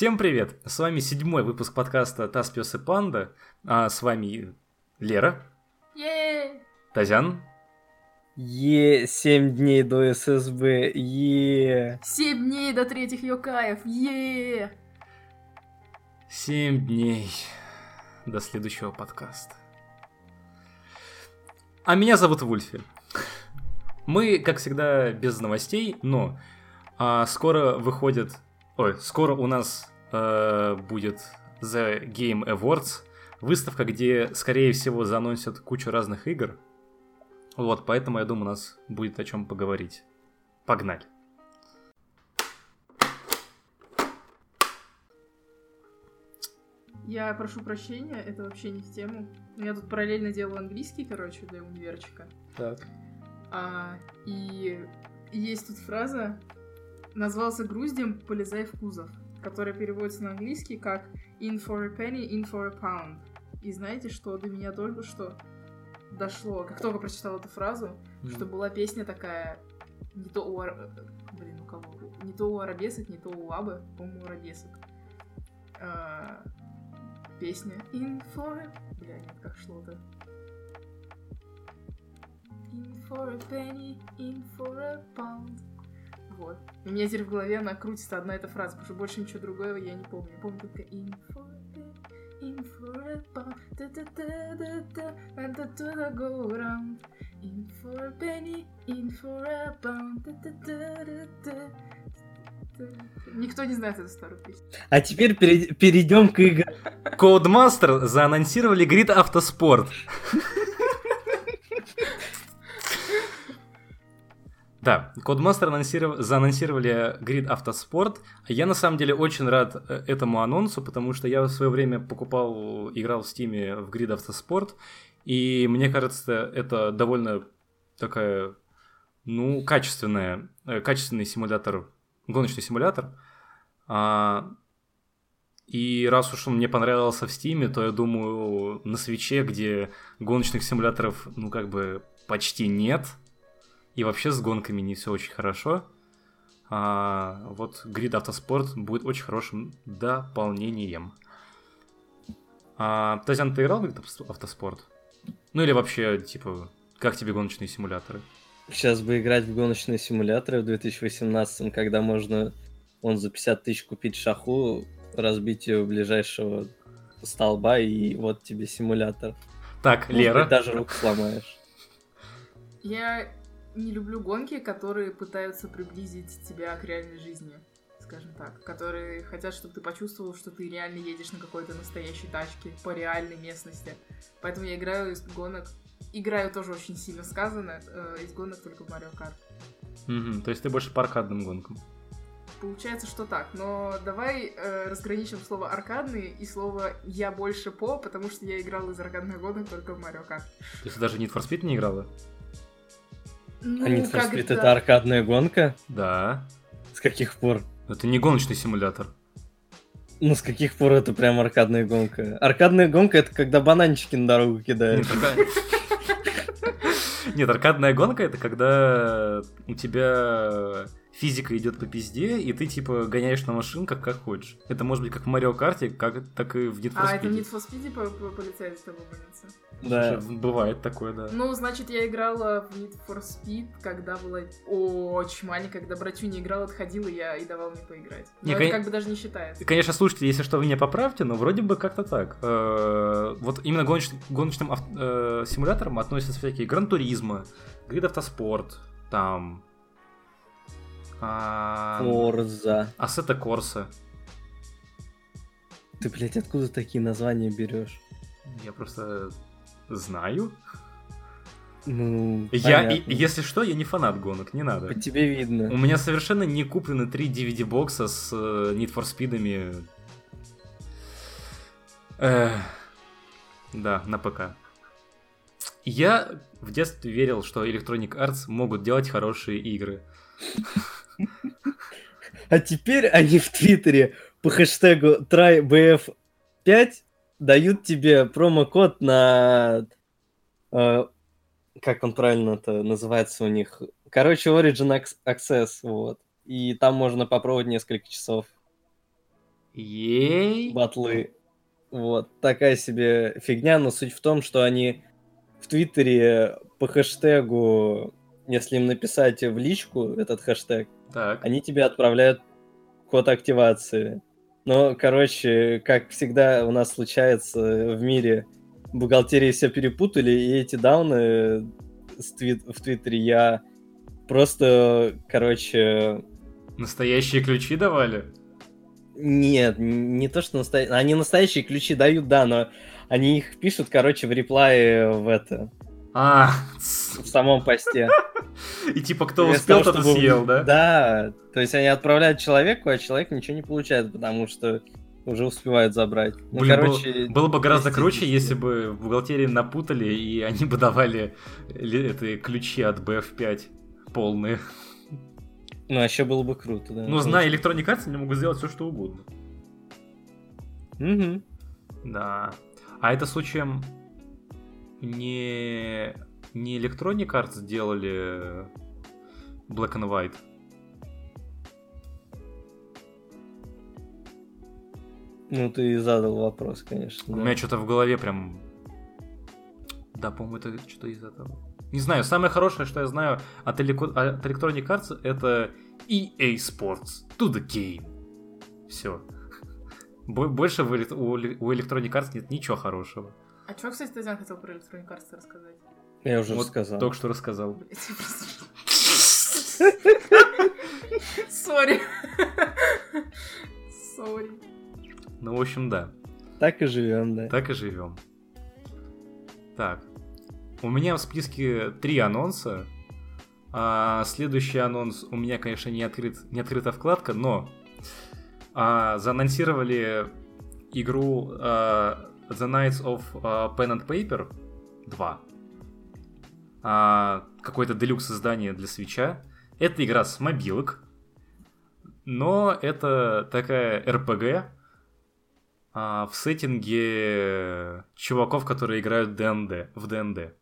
Всем привет! С вами 7-й выпуск подкаста «Таз, пёс и панда». А с вами Лера, Тазян, 7 дней до ССБ, 7 дней до третьих Йокаев, 7 дней до следующего подкаста. А меня зовут Вульфи. Мы, как всегда, без новостей, но скоро у нас будет The Game Awards, выставка, где, скорее всего, заанонсят кучу разных игр. Вот, поэтому, я думаю, у нас будет о чем поговорить. Погнали. Я прошу прощения, это вообще не в тему. Я тут параллельно делаю английский, для универчика. Так. И есть тут фраза «Назвался груздем, полезай в кузов», которая переводится на английский как «In for a penny, in for a pound». И знаете, что до меня только что дошло, как только прочитала эту фразу, что была песня такая, не то у арабесок, не то у Абы, по-моему, у арабесок. Песня «In for a...» нет, как шло-то? «In for a penny, in for a pound». Вот. У меня теперь в голове она крутится одна эта фраза, потому что больше ничего другого я не помню. Я помню только «In for a penny, in for a pound, da-da-da-da-da, go round. In for a penny, in for a pound, da-da-da-da-da». Никто не знает эту старую песню. А теперь перейдем к играм. Codemaster заанонсировали Grid Автоспорт. Да, Codemaster заанонсировали Grid Автоспорт. Я на самом деле очень рад этому анонсу, потому что я в свое время играл в Steam в Grid Автоспорт, и мне кажется, это довольно такая, качественный симулятор, гоночный симулятор. И раз уж он мне понравился в Steam, то я думаю, на Switch'е, где гоночных симуляторов, почти нет, и вообще с гонками не все очень хорошо, вот Grid Автоспорт будет очень хорошим дополнением. Тазян, ты играл в Grid Автоспорт? Или вообще, как тебе гоночные симуляторы? Сейчас бы играть в гоночные симуляторы в 2018-м, когда можно за 50 тысяч купить шаху, разбить ее у ближайшего столба, и вот тебе симулятор. Так, Может Лера. быть, даже руку сломаешь. Я не люблю гонки, которые пытаются приблизить тебя к реальной жизни, скажем так. Которые хотят, чтобы ты почувствовал, что ты реально едешь на какой-то настоящей тачке по реальной местности. Поэтому я играю из гонок. Играю тоже очень сильно сказано, из гонок только в Mario Kart. То есть ты больше по аркадным гонкам? Получается, что так. Но давай разграничим слово «аркадный» и слово «я больше по», потому что я играл из аркадных гонок только в Mario Kart. То есть ты даже Need for Speed не играла? А Need for Speed это аркадная гонка? Да. С каких пор? Это не гоночный симулятор. С каких пор это прям аркадная гонка? Аркадная гонка — это когда бананчики на дорогу кидают. Нет, аркадная гонка — это когда у тебя физика идет по пизде, и ты, гоняешь на машинках как хочешь. Это может быть как в Марио Карте, так и в Need for Speed. Это в Need for Speed полицейский с тобой гонится? Да. Бывает такое, да. Значит, я играла в Need for Speed, когда была очень маленькая, когда братюня играл, отходила и давал мне поиграть. Но это даже не считается. Конечно, слушайте, если что, вы меня поправьте, но вроде бы как-то так. Вот именно гоночным симуляторам относятся всякие Гран Туризмо, Grid Автоспорт, там... Forza. Assetto Corsa. Ты, блядь, откуда такие названия берешь? Я просто знаю. Если что, я не фанат гонок, не надо. По тебе видно. У меня совершенно не куплены 3 DVD-бокса с Need for Speed'ами. Да, на ПК. Я в детстве верил, что Electronic Arts могут делать хорошие игры. А теперь они в Твиттере по хэштегу TryBF5 дают тебе промокод на... как он правильно-то называется у них? Короче, Origin Access, вот. И там можно попробовать несколько часов. Ей. батлы. Вот, такая себе фигня, но суть в том, что они в Твиттере по хэштегу, если им написать в личку этот хэштег, Так. они тебе отправляют код активации. Но, короче, как всегда у нас случается в мире, в бухгалтерии все перепутали, и эти дауны в Твиттере я просто, короче... Настоящие ключи давали? Нет, не то, что настоящие... Они настоящие ключи дают, да, но они их пишут, короче, в реплае в самом посте. И типа кто Вместо успел, того, тот и чтобы- съел, да? Да, то есть они отправляют человеку, а человек ничего не получает, потому что уже успевают забрать. Ну, Блин, короче, было бы гораздо круче, простите. если бы в бухгалтерии напутали, и они бы давали это, ключи от BF5 полные. Ну, а еще было бы круто, да. Ну, зная Electronic Arts, они могут сделать все, что угодно. Мгм. Да. А это случаем не Electronic Arts делали Black and White? Ну, ты задал вопрос, конечно. У да. меня что-то в голове прям... Да, по-моему, это что-то из этого. Не знаю, самое хорошее, что я знаю от Electronic Arts, это EA Sports to the game. Все. Больше у Electronic Arts нет ничего хорошего. А чё, кстати, Татьяна хотел про Electronic Arts рассказать? Я уже Вот сказал. только что рассказал. Блять, я просто... Сори. Сори. Ну, в общем, да. Так и живем, да. Так и живем. Так. У меня в списке 3 анонса. Следующий анонс у меня, конечно, не открыта вкладка, но заанонсировали игру The Knights of Pen and Paper 2. Какое-то делюкс издание для свитча. Это игра с мобилок, но это такая RPG в сеттинге чуваков, которые играют в ДНД.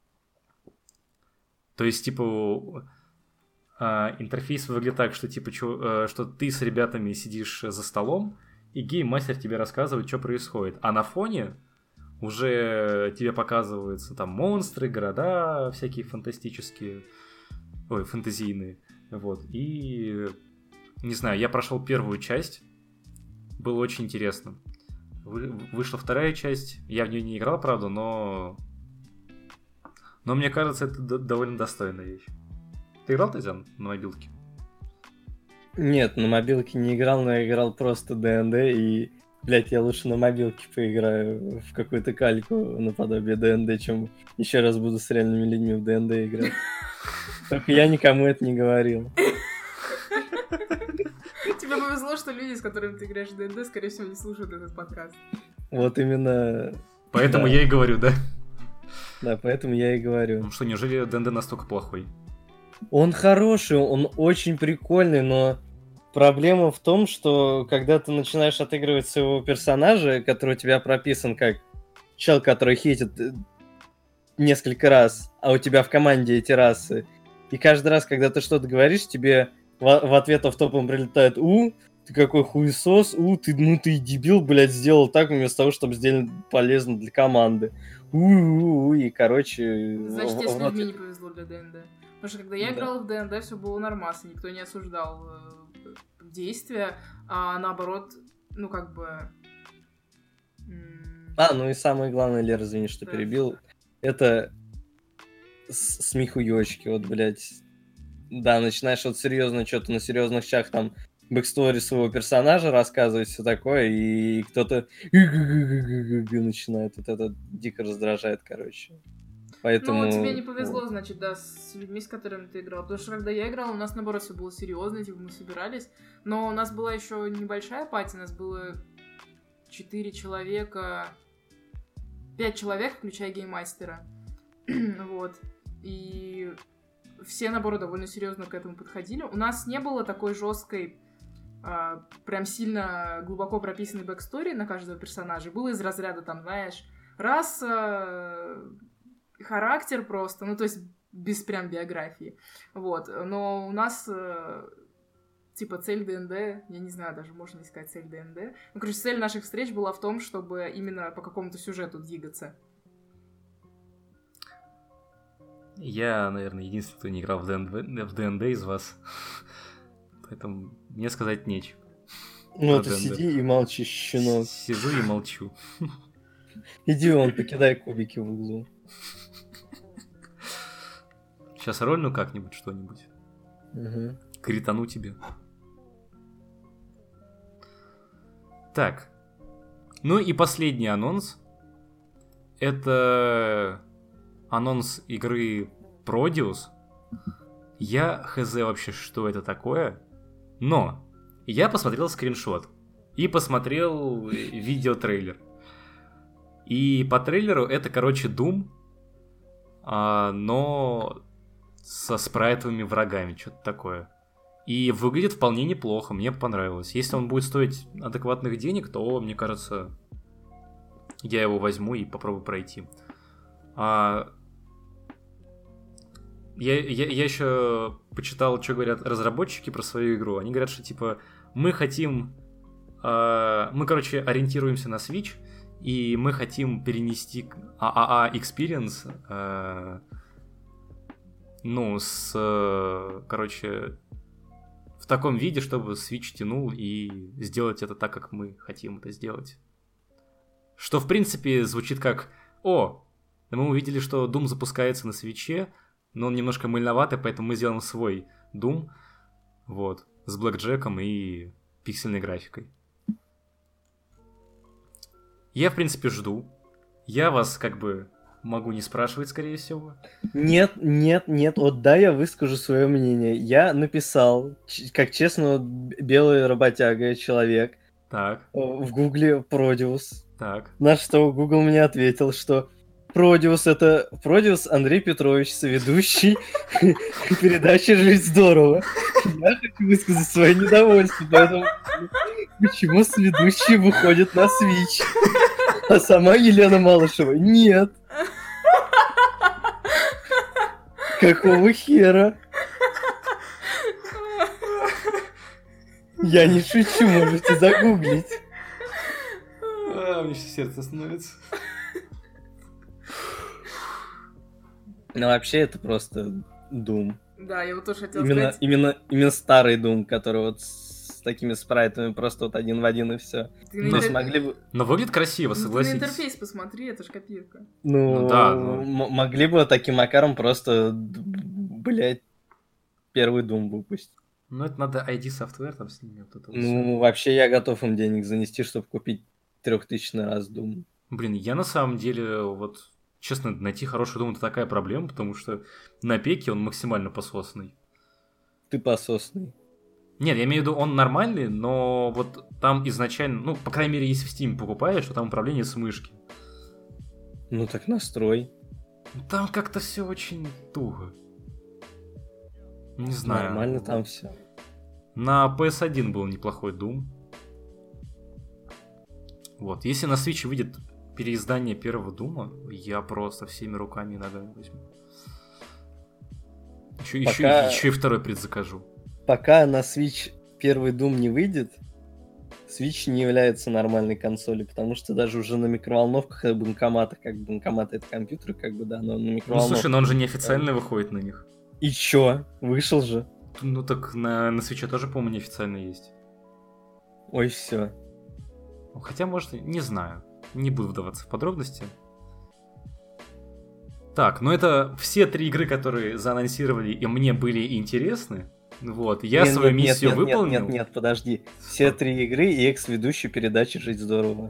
То есть, типа, интерфейс выглядит так, что, типа, что ты с ребятами сидишь за столом, и гейммастер тебе рассказывает, что происходит. А на фоне уже тебе показываются там монстры, города всякие фантастические, фэнтезийные. Вот. И, не знаю, я прошел первую часть, было очень интересно. Вышла вторая часть, я в нее не играл, правда, но мне кажется, это довольно достойная вещь. Ты играл, Татьяна, на мобилке? Нет, на мобилке не играл, но я играл просто ДНД, и, блядь, я лучше на мобилке поиграю в какую-то кальку наподобие ДНД, чем еще раз буду с реальными людьми в ДНД играть. Только я никому это не говорил. Тебе повезло, что люди, с которыми ты играешь в ДНД, скорее всего, не слушают этот подкаст. Вот именно... Поэтому Да. я и говорю, да? Да, поэтому я и говорю. Ну что, неужели ДНД настолько плохой? Он хороший, он очень прикольный, но проблема в том, что когда ты начинаешь отыгрывать своего персонажа, который у тебя прописан как чел, который хитит несколько раз, а у тебя в команде эти расы, и каждый раз, когда ты что-то говоришь, тебе в ответ автопом прилетает ты какой хуесос, ты дебил, блядь, сделал так, вместо того, чтобы сделать полезно для команды. И, короче... Значит, тебе с в людьми ответ- не повезло для ДНД. Потому что когда я Да. играла в ДНД, все было нормально, никто не осуждал действия, а наоборот, ну как бы... Ну и самое главное, Лера, извини, что Да. перебил, это смехуёчки, вот, блядь. Да, начинаешь вот серьезно что-то на серьезных щах там бэкстори своего персонажа рассказывать, все такое, и кто-то начинает, вот это дико раздражает, короче. Поэтому... Ну, тебе не повезло, значит, да, с людьми, с которыми ты играл. Потому что когда я играла, у нас, наоборот, все было серьезно, типа, мы собирались. Но у нас была еще небольшая пати, у нас было 4 человека, 5 человек, включая гейммастера. Вот. И все, наоборот, довольно серьезно к этому подходили. У нас не было такой жесткой, прям сильно глубоко прописанной бэкстори на каждого персонажа. Было из разряда, там, знаешь, раса, характер просто, ну, то есть без прям биографии. Вот. Но у нас типа цель ДНД, я не знаю, даже можно ли сказать цель ДНД. Ну, короче, цель наших встреч была в том, чтобы именно по какому-то сюжету двигаться. Я, наверное, единственный, кто не играл в ДНД из вас. Поэтому мне сказать нечего. Ну, про ты ДНД. сиди и молчи, щенок. Сижу и молчу. Иди вон, покидай кубики в углу. Сейчас рольну как-нибудь что-нибудь. Угу. Критану тебе. Так. Ну и последний анонс. Это анонс игры Prodeus. Я хз вообще, что это такое. Но я посмотрел скриншот. И посмотрел видеотрейлер. И по трейлеру это, короче, Doom. Но со спрайтовыми врагами, что-то такое. И выглядит вполне неплохо, мне понравилось. Если он будет стоить адекватных денег, то, мне кажется, я его возьму и попробую пройти. Я еще почитал, что говорят разработчики про свою игру. Они говорят, что типа мы хотим... мы, короче, ориентируемся на Switch, и мы хотим перенести AAA Experience, короче, в таком виде, чтобы Switch тянул, и сделать это так, как мы хотим это сделать. Что, в принципе, звучит как: о, мы увидели, что Doom запускается на Switch'е, но он немножко мыльноватый, поэтому мы сделаем свой Doom, вот, с блэкджеком и пиксельной графикой. Я, в принципе, жду. Я вас, как бы, могу не спрашивать, скорее всего. Нет, вот да, я выскажу свое мнение. Я написал, как честно, белый работяга человек, Так, в гугле Prodeus. так. На что Google мне ответил, что Prodeus — это Prodeus Андрей Петрович, соведущий передачи «Жить здорово». Я хочу высказать свое недовольство, поэтому почему соведущий выходит на Switch, а сама Елена Малышева нет. Какого хера? Я не шучу, можете загуглить. Мне сейчас сердце становится. Ну, вообще, это просто Doom. Да, я вот тоже хотела сказать. Именно старый Doom, который вот с такими спрайтами просто вот один в один и все. Ты Смогли бы... Но выглядит красиво, Ты на согласитесь. интерфейс посмотри, это ж копирка. Ну, да, могли бы таким макаром просто, блядь, первый Doom выпустить. Ну, это надо ID Software там с ними. Вот это вот всё. Ну, вообще, я готов им денег занести, чтобы купить 3000 раз Doom. Блин, я на самом деле, вот, честно, найти хороший Doom — это такая проблема, потому что на пеке он максимально пососный. Ты пососный. Нет, я имею в виду, он нормальный, но вот там изначально, ну, по крайней мере, если в Steam покупаешь, то там управление с мышки. Ну, так настрой. Там как-то все очень туго. Не знаю. Нормально там все. На PS1 был неплохой Doom. Вот, если на Switch выйдет переиздание первого Дума, я просто всеми руками и ногами возьму. Еще и второй предзакажу. Пока на Switch первый Doom не выйдет, Switch не является нормальной консолью, потому что даже уже на микроволновках и банкоматах, как банкоматы — это компьютеры, как бы, да, но на Ну, микроволновках... слушай, но он же неофициально выходит на них. И чё? Вышел же. Ну, так на Switch тоже, по-моему, неофициально есть. Ой, все. Хотя, может, не знаю. Не буду вдаваться в подробности. Так, ну это все 3 игры, которые заанонсировали и мне были интересны. Вот, я свою миссию выполнил. Нет, подожди. Все 3 игры и экс-ведущий передачи «Жить здорово».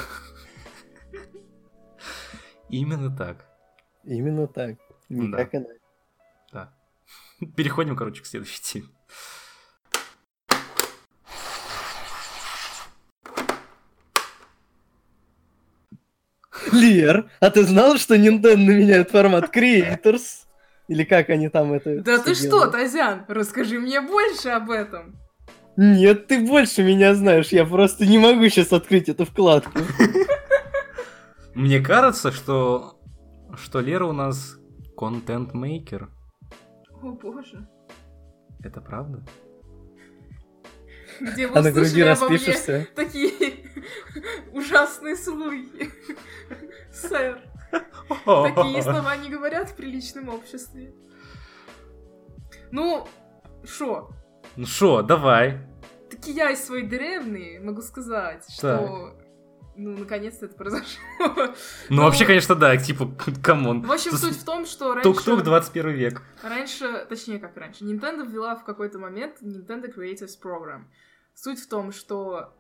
Именно так. Именно так. Никак иначе. Да. Переходим, короче, к следующей теме. Лер, а ты знал, что Nintendo меняет формат Creators? Или как они там это... Да ты все что, делают? Тазян, расскажи мне больше об этом. Нет, ты больше меня знаешь, я просто не могу сейчас открыть эту вкладку. Мне кажется, что Лера у нас контент-мейкер. О боже. Это правда? где вы А на груди услышали обо мне распишешься. такие ужасные слухи. Сэр, такие слова не говорят в приличном обществе. Ну, шо? Ну шо, давай. Таки я из своей деревни могу сказать, что... Ну, наконец-то это произошло. Ну, вообще, конечно, да, типа, камон. В общем, суть в том, что раньше... Тук-тук, 21 век. Раньше, точнее, как раньше, Nintendo ввела в какой-то момент Nintendo Creators Program. Суть в том, что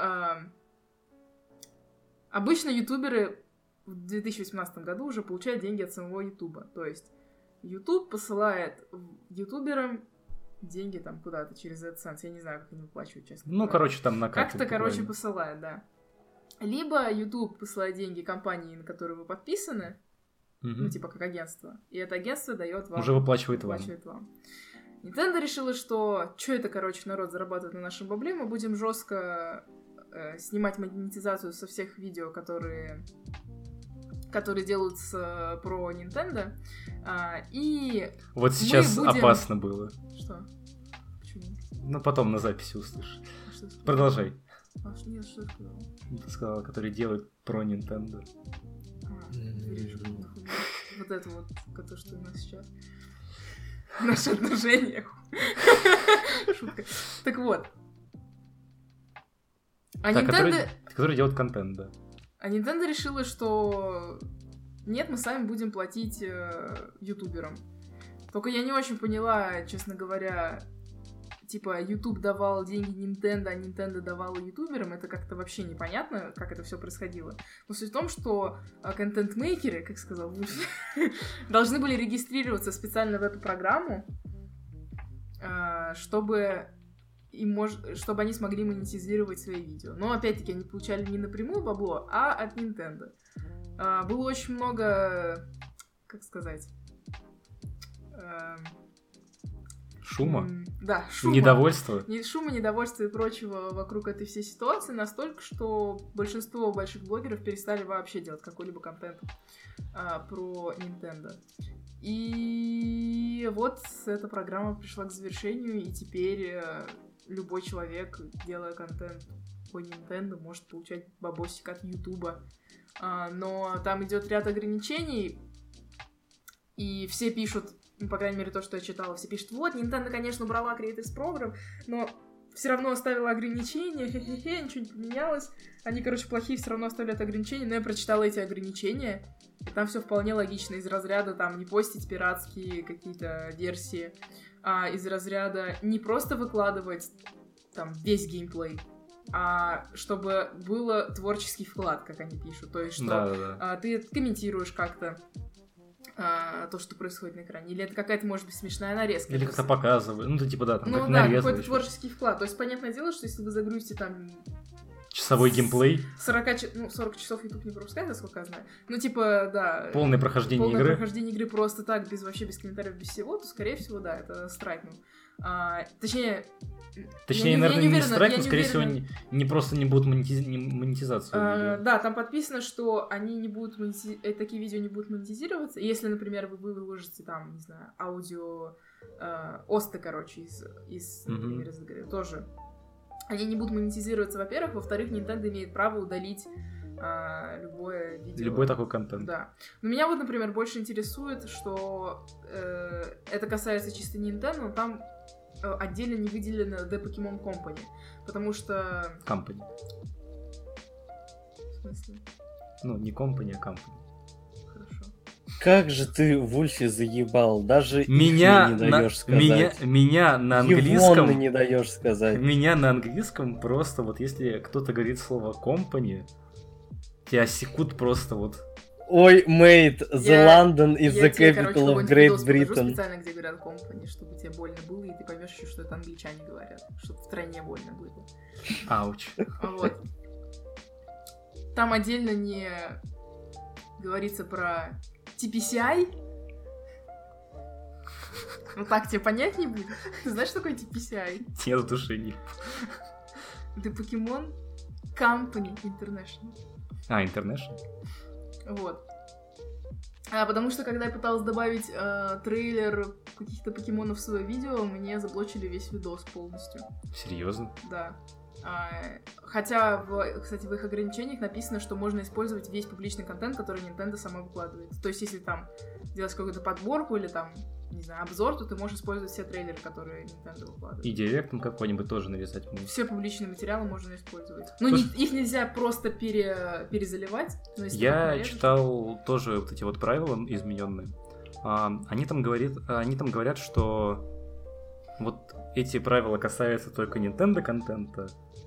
обычно ютуберы в 2018 году уже получают деньги от самого ютуба. То есть YouTube посылает ютуберам деньги там куда-то через AdSense. Я не знаю, как они выплачивают, честно. Ну, короче, там на карте. Как-то, короче, посылает, да. Либо YouTube посылает деньги компании, на которую вы подписаны, ну, типа как агентство, и это агентство дает вам... Уже выплачивает вам. Nintendo решила, что это, короче, народ зарабатывает на нашем бабле, мы будем жестко снимать монетизацию со всех видео, которые делаются про Nintendo, и вот сейчас будем... опасно было. Что? Почему? Ну, потом на записи услышишь. Что Продолжай. Нет, что я сказала? Ты сказала, который делает про Nintendo. Вот это вот, то, что у нас сейчас. Наши отношения. Шутка. Так вот. Nintendo... Который делает контент, да. А Nintendo решила, что нет, мы сами будем платить ютуберам. Только я не очень поняла, честно говоря, типа, YouTube давал деньги Nintendo, а Nintendo давала ютуберам, это как-то вообще непонятно, как это все происходило. Но суть в том, что контент-мейкеры, как сказал Вульф, должны были регистрироваться специально в эту программу, чтобы они смогли монетизировать свои видео. Но, опять-таки, они получали не напрямую бабло, а от Nintendo. Было очень много, как сказать... Шума? Да, шума. Недовольство? Шума, недовольства и прочего вокруг этой всей ситуации настолько, что большинство больших блогеров перестали вообще делать какой-либо контент про Nintendo. И вот эта программа пришла к завершению, и теперь любой человек, делая контент по Nintendo, может получать бабосик от Ютуба. Но там идет ряд ограничений, и все пишут, ну, по крайней мере, то, что я читала, все пишут, вот, Nintendo, конечно, убрала Creators Program, но все равно оставила ограничения, хе-хе-хе, ничего не поменялось. Они, короче, плохие, все равно оставляют ограничения, но я прочитала эти ограничения, и там все вполне логично, из разряда, там, не постить пиратские какие-то версии, а из разряда не просто выкладывать, там, весь геймплей, а чтобы был творческий вклад, как они пишут, то есть, что ты комментируешь как-то то, что происходит на экране. Или это какая-то, может быть, смешная нарезка. Или как-то показывают. Ну, типа, да, там ну, как да, нарезываешь. какой-то творческий вклад. То есть, понятное дело, что если вы загрузите там... Часовой геймплей. 40 часов YouTube не пропускает, насколько я знаю. Ну, типа, да. Полное прохождение игры. Полное прохождение игры просто так, вообще без комментариев, без всего, то, скорее всего, да, это страйкнул. Точнее, наверное, не страйк, но, скорее всего, не просто не будут монетизацию. Да, там подписано, что они не будут такие видео не будут монетизироваться. Если, например, вы выложите там, не знаю, аудио осты, короче, из например, из игры, тоже. Они не будут монетизироваться, во-первых. Во-вторых, Nintendo имеет право удалить любое видео. Любой такой контент. Да. Но меня вот, например, больше интересует, что это касается чисто Nintendo, но там отдельно не выделено The Pokemon Company, потому что... Company. В смысле? Ну, не Company, а Company. Хорошо. Как же ты, Вульфи, заебал, даже меня не даешь сказать. Меня на английском... не даешь сказать. Меня на английском просто вот если кто-то говорит слово Company, тебя секут просто вот... Ой, mate, the London is the capital of Great Britain. Я специально, где говорят company, чтобы тебе больно было, и ты поймешь еще, что это англичане говорят, чтобы втройне больно было. Ауч. Вот. Там отдельно не говорится про TPCI. Ну так тебе понять не будет? Ты знаешь, что такое TPCI? Нет, души не. The Pokemon Company International. International? Вот. Потому что, когда я пыталась добавить трейлер каких-то покемонов в свое видео, мне заблочили весь видос полностью. Серьезно? Да. Хотя, кстати, в их ограничениях написано, что можно использовать весь публичный контент, который Nintendo сама выкладывает. То есть, если там делать какую-то подборку или там, не знаю, обзор, то ты можешь использовать все трейлеры, которые Nintendo выкладывает. И директом какой-нибудь тоже навязать можно. Все публичные материалы можно использовать. Ну, их нельзя просто перезаливать. Но я читал тоже вот эти вот правила измененные. Они там говорят, что вот эти правила касаются только Nintendo контента,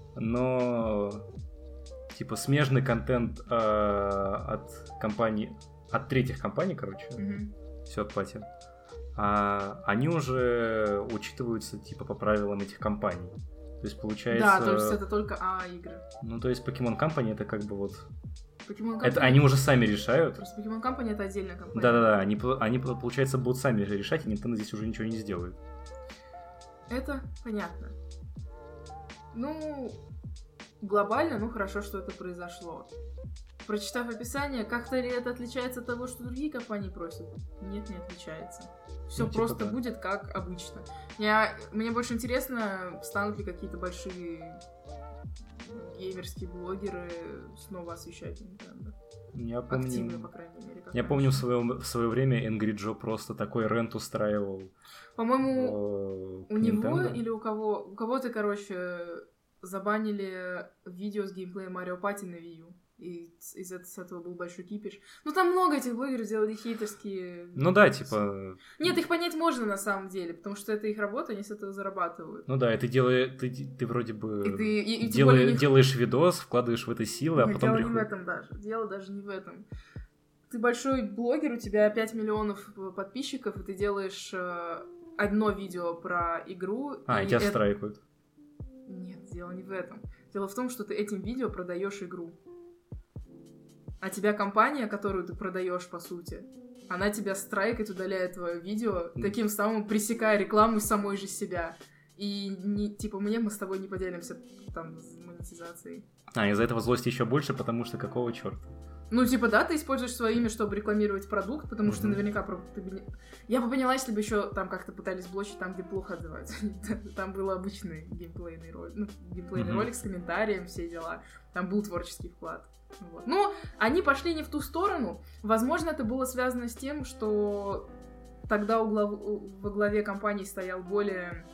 но типа смежный контент от компаний, от третьих компаний, короче, third party, они уже учитываются типа по правилам этих компаний. То есть получается... Да, то есть это только игры. Ну, то есть Pokemon Company это как бы вот... Pokemon Company... Это они уже сами решают. Просто Pokemon Company это отдельная компания. Да-да-да, они, получается, будут сами решать, и Nintendo здесь уже ничего не сделает. Это понятно. Ну, глобально, ну хорошо, что это произошло. Прочитав описание, как-то ли это отличается от того, что другие компании просят? Нет, не отличается. Все просто будет как обычно. Мне больше интересно, станут ли какие-то большие геймерские блогеры снова освещать Nintendo. Я помню, активно, по крайней мере. Я помню в свое время Angry Joe просто такой рент устраивал. По-моему, у него или у кого-то, короче, забанили видео с геймплеем Mario Party на Wii U. И с этого был большой кипиш. Ну, там много этих блогеров делали хейтерские... Ну да, типа... Нет, их понять можно на самом деле, потому что это их работа, они с этого зарабатывают. Ну да, и ты вроде бы делаешь видос, вкладываешь в это силы, а потом... Дело не в этом даже. Дело даже не в этом. Ты большой блогер, у тебя 5 миллионов подписчиков, и ты делаешь одно видео про игру... и тебя страйкают. Нет, дело не в этом. Дело в том, что ты этим видео продаешь игру. А тебя компания, которую ты продаешь, по сути, она тебя страйкает, удаляет твое видео, таким самым пресекая рекламу самой же себя. И мы с тобой не поделимся там с монетизацией. Из-за этого злости еще больше, потому что какого черта? Ну, да, ты используешь свое имя, чтобы рекламировать продукт, потому что наверняка... Я бы поняла, если бы еще там как-то пытались блочить там, где плохо отзываются. Там был обычный геймплейный ролик, ролик с комментарием, все дела. Там был творческий вклад. Вот. Ну, они пошли не в ту сторону. Возможно, это было связано с тем, что тогда во главе компании стоял более...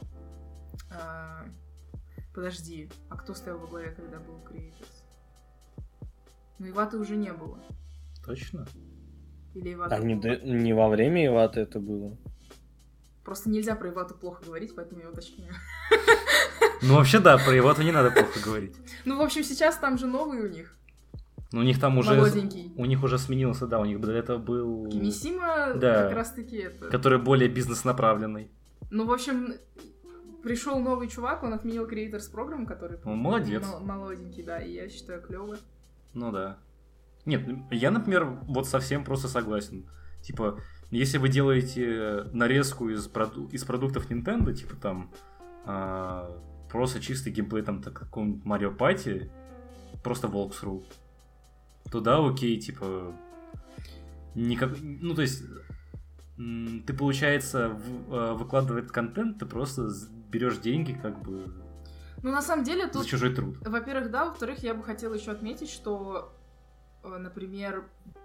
Подожди, а кто стоял во главе, когда был Creators? Но Иваты уже не было. Точно? Или Ивата... не во время Иваты это было. Просто нельзя про Ивату плохо говорить, поэтому я уточняю. Ну, вообще, да, про Ивату не надо плохо говорить. Ну, в общем, сейчас там же новый у них. Ну, у них там уже... Молоденький. У них уже сменился, да, у них до этого был... Кимисима, да, как раз-таки это... Который более бизнес-направленный. Ну, в общем... Пришел новый чувак, он отменил Creators Program, который... Он молодец. Молоденький, да, и я считаю, клёво. Ну да. Нет, я, например, вот совсем просто согласен. Типа, если вы делаете нарезку из продуктов Nintendo, типа там просто чистый геймплей там какого-нибудь Mario Party, просто walkthrough, то да, окей, типа... Ну, то есть... Ты, получается, выкладывает контент, ты просто берешь деньги, как бы... Ну, на самом деле, тут... За чужой труд. Во-первых, да, во-вторых, я бы хотела еще отметить, что, например,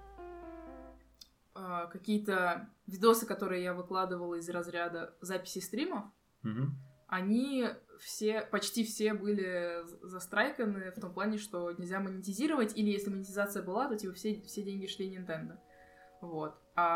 какие-то видосы, которые я выкладывала из разряда записи стримов, они почти все были застрайканы в том плане, что нельзя монетизировать, или если монетизация была, то типа все деньги шли Nintendo. Вот.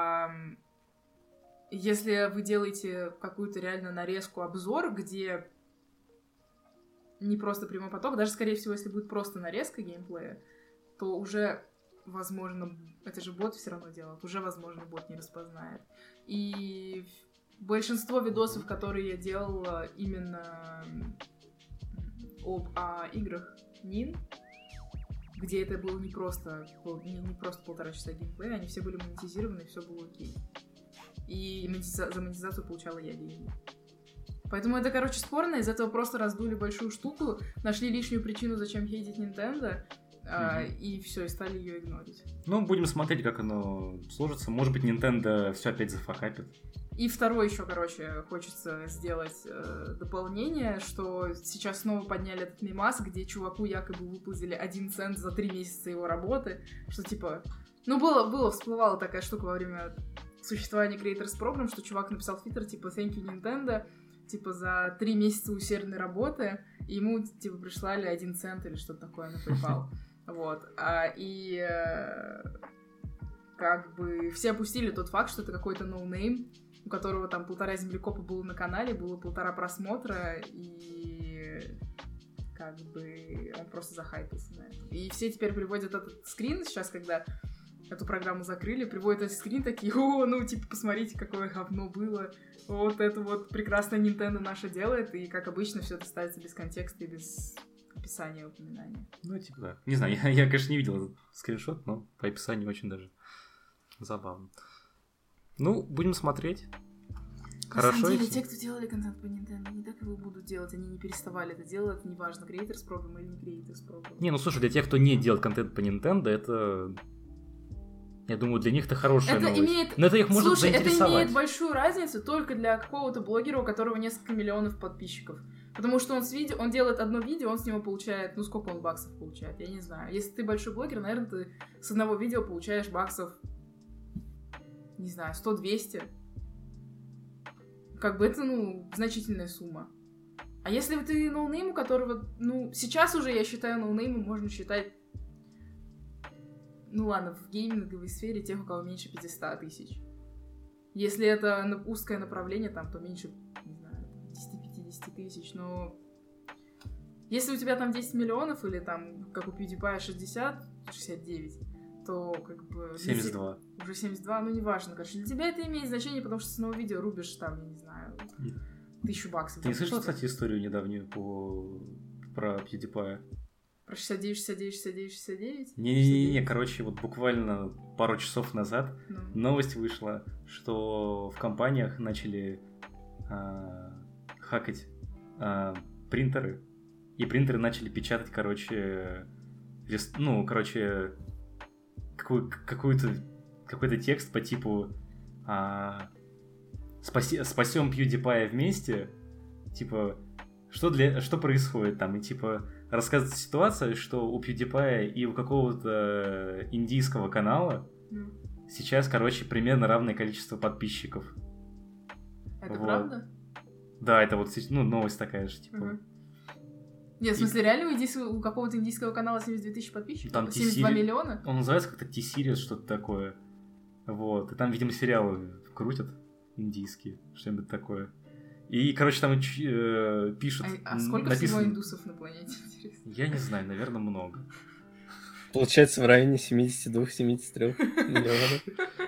Если вы делаете какую-то реально нарезку, обзор, где не просто прямой поток, даже, скорее всего, если будет просто нарезка геймплея, то уже, возможно, это же бот все равно делает, уже, возможно, бот не распознает. И большинство видосов, которые я делала именно об играх Нин, где это было не просто 1,5 часа геймплея, они все были монетизированы, и все было окей. И за монетизацию получала я деньги. Поэтому это, короче, спорно. Из этого просто раздули большую штуку, нашли лишнюю причину, зачем хейтить Nintendo. И все, и стали ее игнорить. Ну, будем смотреть, как оно сложится. Может быть, Nintendo все опять зафакапит. И второе еще, короче, хочется сделать дополнение, что сейчас снова подняли этот мемас, где чуваку якобы выплатили 1 цент за 3 месяца его работы, что типа... Ну, всплывала такая штука во время существования Creators Program, что чувак написал в Twitter, типа, thank you, Nintendo, типа, за 3 месяца усердной работы, и ему, типа, прислали 1 цент или что-то такое на PayPal. Вот. Как бы все опустили тот факт, что это какой-то ноунейм, у которого там 1,5 землекопа было на канале, было 1,5 просмотра, и как бы он просто захайпился на это. И все теперь приводят этот скрин сейчас, когда эту программу закрыли, приводят этот скрин такие, ну, типа, посмотрите, какое говно было, вот это вот прекрасная Nintendo наша делает, и, как обычно, все это ставится без контекста и без описания, упоминания. Ну, типа, да. Не знаю, я, конечно, не видел этот скриншот, но по описанию очень даже забавно. Ну, будем смотреть. Хорошо. На самом деле, те, кто делали контент по Nintendo, они так его будут делать, они не переставали это делать, неважно, Creators Program или не Creators Program. Не, ну слушай, для тех, кто не делает контент по Nintendo, это... Я думаю, для них это хорошая новость. Но это их может заинтересовать. Это имеет большую разницу только для какого-то блогера, у которого несколько миллионов подписчиков. Потому что он делает одно видео, он с него получает, ну сколько он баксов получает, я не знаю. Если ты большой блогер, наверное, ты с одного видео получаешь баксов, не знаю, 100-200. Как бы это, ну, значительная сумма. А если ты ноунейм, у которого, ну, сейчас уже, я считаю, ноунеймом можно считать, ну ладно, в гейминговой сфере тех, у кого меньше 500 тысяч. Если это узкое направление, там, то меньше, не знаю, 10-50 тысяч, но если у тебя там 10 миллионов или там, как у PewDiePie, 69, то как бы... 72. Уже 72, ну неважно, короче. Для тебя это имеет значение, потому что с одного видео рубишь там, я не знаю, 1000 баксов. Ты не слышал, кстати, историю недавнюю про PewDiePie? Про 69. Не-не-не, короче, вот буквально пару часов назад новость вышла, что в компаниях начали хакать принтеры, и принтеры начали печатать, короче, какой-то текст по типу спасем PewDiePie вместе, типа, что происходит там, и типа рассказывается ситуация, что у PewDiePie и у какого-то индийского канала сейчас, короче, примерно равное количество подписчиков. Это вот. Правда? Да, это вот, ну, новость такая же, типа. Угу. Нет, в смысле, реально у какого-то индийского канала 72 тысячи подписчиков? Там 72 миллиона? Он называется как-то T-Series, что-то такое. Вот. И там, видимо, сериалы крутят индийские, что-нибудь такое. И, короче, там пишут... А сколько всего индусов на планете, интересно? Я не знаю, наверное, много. Получается, в районе 72-73 миллионов.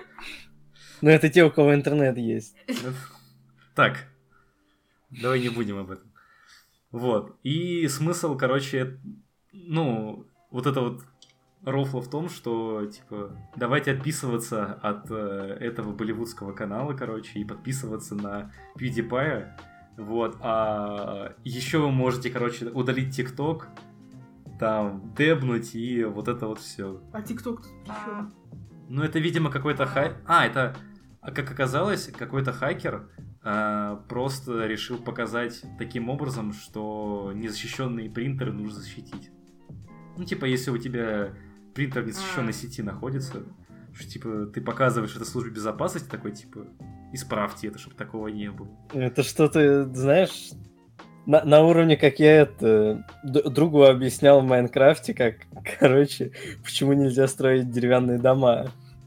Но это те, у кого интернет есть. Так, давай не будем об этом. Вот. И смысл, короче, ну, вот это вот рофла в том, что, типа, давайте отписываться от этого болливудского канала, короче, и подписываться на PewDiePie. Вот. А еще вы можете, короче, удалить ТикТок, там, дебнуть и вот это вот все. А ТикТок тут еще? Ну, это, видимо, какой-то это, как оказалось, какой-то хакер просто решил показать таким образом, что незащищенные принтеры нужно защитить. Ну, типа, если у тебя принтер в незащищенной сети находится, что, типа, ты показываешь это службе безопасности, такой, типа, исправьте это, чтобы такого не было. Это что-то, знаешь, на уровне, как я другу объяснял в Майнкрафте, как, короче, почему нельзя строить деревянные дома.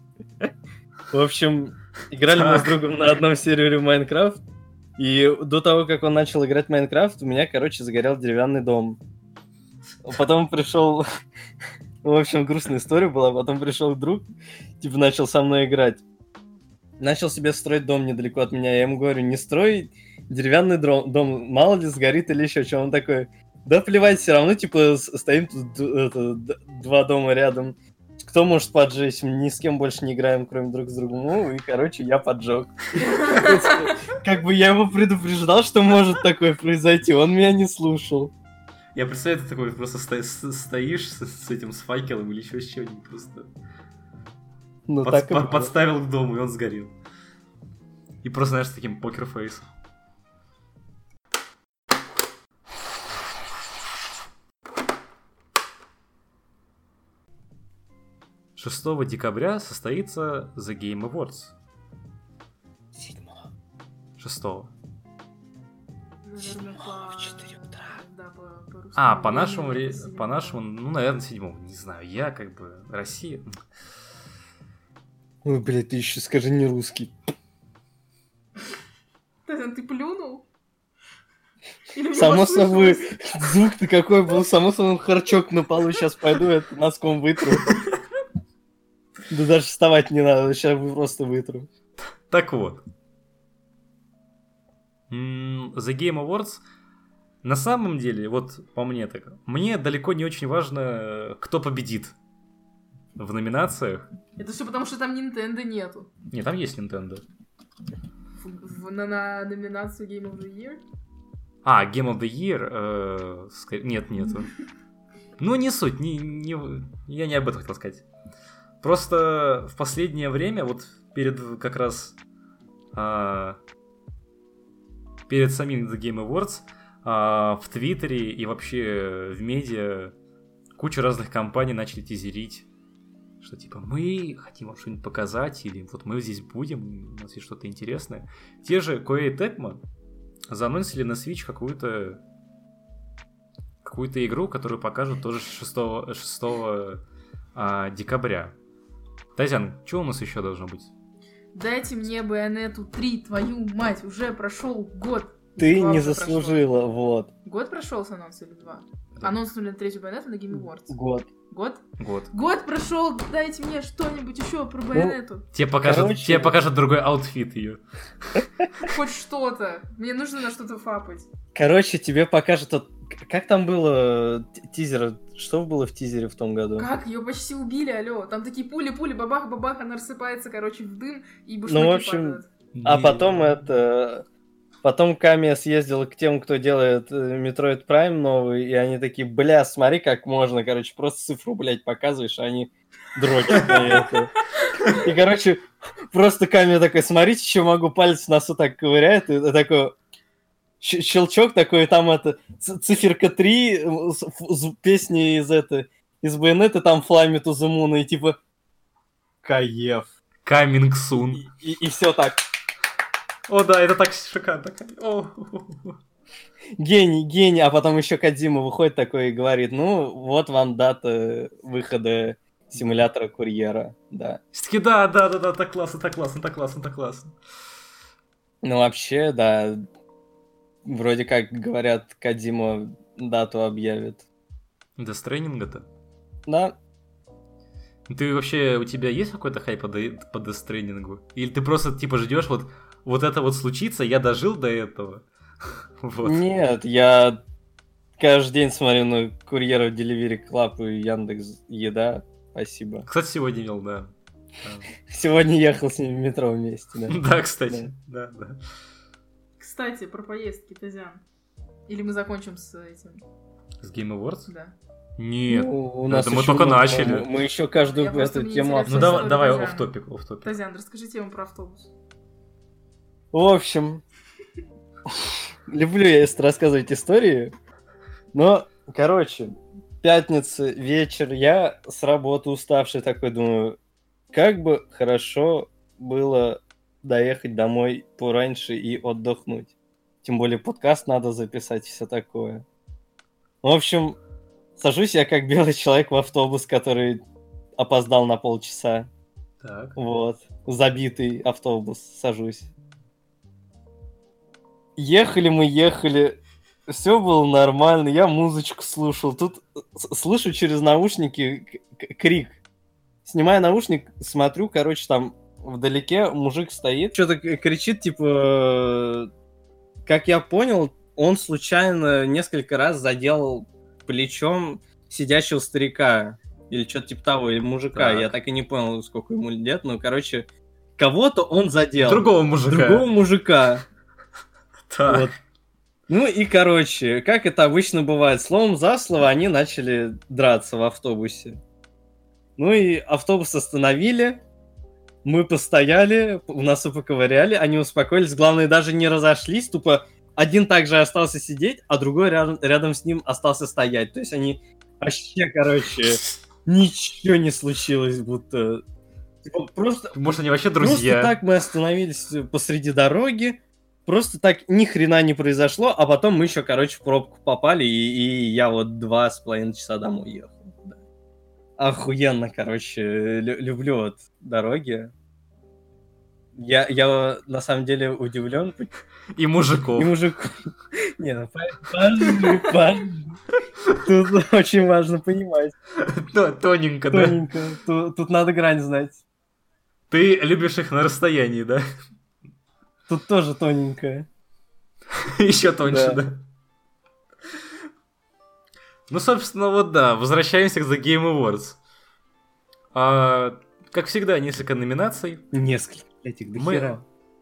В общем, играли мы с другом на одном сервере в Майнкрафт, и до того, как он начал играть в Майнкрафт, у меня, короче, загорел деревянный дом. Потом пришел... В общем, грустная история была. Потом пришел друг, типа, начал со мной играть. Начал себе строить дом недалеко от меня. Я ему говорю, не строй деревянный дом, мало ли сгорит или еще что. Он такой, да плевать, все равно, типа, стоим тут 2 дома рядом. Кто может поджечь? Мы ни с кем больше не играем, кроме друг с другом. Ну, и, короче, я поджег. Как бы я его предупреждал, что может такое произойти. Он меня не слушал. Я представляю, ты такой просто стоишь с этим, с факелом или еще с чем-нибудь просто. Ну, так и было. Подставил к дому, и он сгорел. И просто, знаешь, с таким покерфейсом. «6 декабря состоится The Game Awards». 6-го. Наверное, В 4 утра. Да, по-русски. По нашему, ну, наверное, 7-го. Не знаю, я как бы Россия. Ой, блядь, ты еще скажи не русский. Ты плюнул? Или мне Само собой, послышалось? звук-то какой был, само собой, харчок на полу, сейчас пойду, это носком вытру. Да даже вставать не надо, сейчас просто вытру. Так вот. The Game Awards, на самом деле, вот по мне так, мне далеко не очень важно, кто победит в номинациях. Это все потому, что там Nintendo нету. Не, там есть Nintendo. На номинацию Game of the Year? Game of the Year? Нет, нету. Ну, не суть, я не об этом хотел сказать. Просто в последнее время, вот перед как раз... перед самим The Game Awards в Твиттере и вообще в медиа куча разных компаний начали тизерить, что типа мы хотим вам что-нибудь показать, или вот мы здесь будем, у нас есть что-то интересное. Те же Koei Tecmo заанонсили на Switch какую-то игру, которую покажут тоже 6 декабря. Тазян, что у нас еще должно быть? Дайте мне Bayonetta 3, твою мать, уже прошел год. Ты Два не уже заслужила, прошло. вот. Год прошел с анонса или 2? Да. Анонснули на 3-ю Bayonetta на Game Awards. Год. Год? Год. Год прошел, дайте мне что-нибудь еще про Bayonetta. Тебе короче- покажут другой аутфит ее. Хоть что-то. Мне нужно на что-то фапать. Короче, тебе покажут... Как там было тизер? Что было в тизере в том году? Как? Ее почти убили, алло. Там такие пули, бабах, она рассыпается, короче, в дым, и башмаки Ну, в общем, падают. А потом Потом Камия съездил к тем, кто делает Metroid Prime новый, и они такие, бля, смотри, как можно, короче, просто цифру, блядь, показываешь, а они дрочат на это. И, короче, просто Камия такой, смотрите, что могу, палец в носу так ковыряет, и такой щелчок такой, и там это циферка 3, песни из Bayonetta, там Fly Me to the Moon, и типа, кайф. Coming soon. И все так. О, да, это так шикарно. Гений, а потом еще Кодзима выходит такой и говорит, ну, вот вам дата выхода симулятора курьера, да. Все-таки да, так классно. Ну, вообще, да, вроде как, говорят, Кодзима дату объявит. Death Stranding-то? Да. Ты вообще, у тебя есть какой-то хайп по Death Stranding? Или ты просто, типа, ждешь вот это вот случится, я дожил до этого? Вот. Нет, я каждый день смотрю на курьеров Delivery Club и Яндекс Еда. Спасибо. Кстати, сегодня имел, да. Сегодня ехал с ним в метро вместе, да. Да, кстати. Да. Кстати, про поездки, Тазян. Или мы закончим с этим? С Game Awards? Да. Нет. Ну, у нас это мы еще только много, начали. Мы еще каждую Я просто эту мне тему интересно. Ну обсудим. давай Тазян. офф-топик. Тазян, расскажи тему про автобус. В общем, люблю я, если рассказывать истории, но, короче, пятница, вечер, я с работы уставший такой думаю, как бы хорошо было доехать домой пораньше и отдохнуть. Тем более подкаст надо записать и все такое. В общем, сажусь я как белый человек в автобус, который опоздал на полчаса. Так. Вот, забитый автобус, сажусь. Ехали, все было нормально, я музычку слушал. Тут слышу через наушники крик. Снимаю наушник, смотрю, короче, там вдалеке мужик стоит. Что-то кричит, типа... Как я понял, он случайно несколько раз задел плечом сидящего старика. Или что-то типа того, или мужика. Так. Я так и не понял, сколько ему лет, но, короче, кого-то он задел. Другого мужика. Другого мужика. Так. Вот. Ну и, короче, как это обычно бывает, словом за слово они начали драться в автобусе. Ну и автобус остановили, мы постояли, у нас поковыряли, они успокоились, главное, даже не разошлись, тупо один также остался сидеть, а другой рядом с ним остался стоять. То есть они вообще, короче, ничего не случилось, будто... Просто, Может, они вообще друзья? Просто так мы остановились посреди дороги, просто так ни хрена не произошло, а потом мы еще, короче, в пробку попали, и я вот 2,5 часа домой ехал. Да. Охуенно, короче, люблю вот дороги. Я на самом деле удивлен. И мужиков. Не, ну подожди. Тут очень важно понимать. Тоненько, да? Тоненько. Тут надо грань знать. Ты любишь их на расстоянии, да? Тут тоже тоненькая. Еще тоньше, да. Ну, собственно, вот да, возвращаемся к The Game Awards. Как всегда, несколько номинаций. Несколько этих дохера.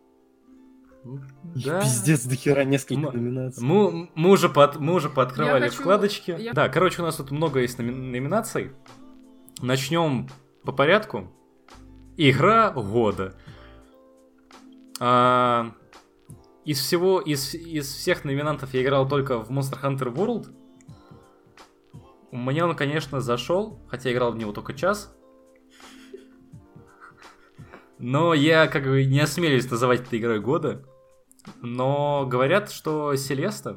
Да. Пиздец, дохера несколько номинаций. Мы уже пооткрывали вкладочки. Да, короче, у нас тут много есть номинаций. Начнем по порядку. Игра года. Из всех номинантов я играл только в Monster Hunter World. Мне он, конечно, зашел, хотя играл в него только час. Но я как бы не осмелюсь называть это игрой года. Но говорят, что Селеста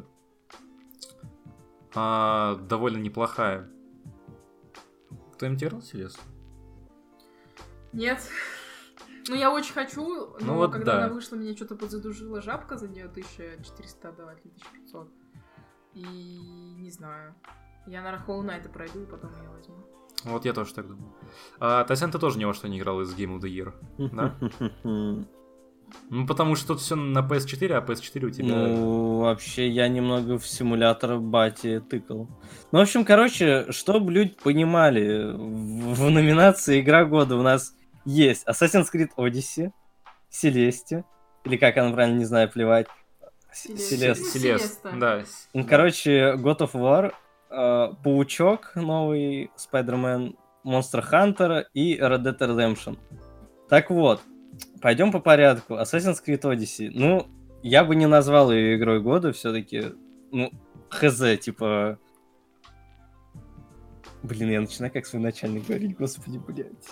довольно неплохая. Кто-нибудь играл в Селесту? Нет. Ну, я очень хочу, но вот когда она вышла, меня что-то подзадушила жабка за нее 1400 давать, 1500. И не знаю. Я, наверное, Hollow Knight пройду, и потом ее возьму. Вот я тоже так думаю. Татьяна, ты тоже ни во что не играл из Game of the Year, да? Ну, потому что тут все на PS4, а PS4 у тебя... Ну, вообще, я немного в симулятор бати тыкал. Ну, в общем, короче, чтобы люди понимали, в номинации «Игра года» у нас есть Assassin's Creed Odyssey, Celeste, или как она правильно, не знаю, плевать. Celeste, да. Ну, короче, God of War, Паучок, новый Spider-Man, Monster Hunter и Red Dead Redemption. Так вот, пойдем по порядку. Assassin's Creed Odyssey. Ну, я бы не назвал ее игрой года, все-таки. Ну, хз, типа... Блин, я начинаю как свой начальник говорить, господи, блядь.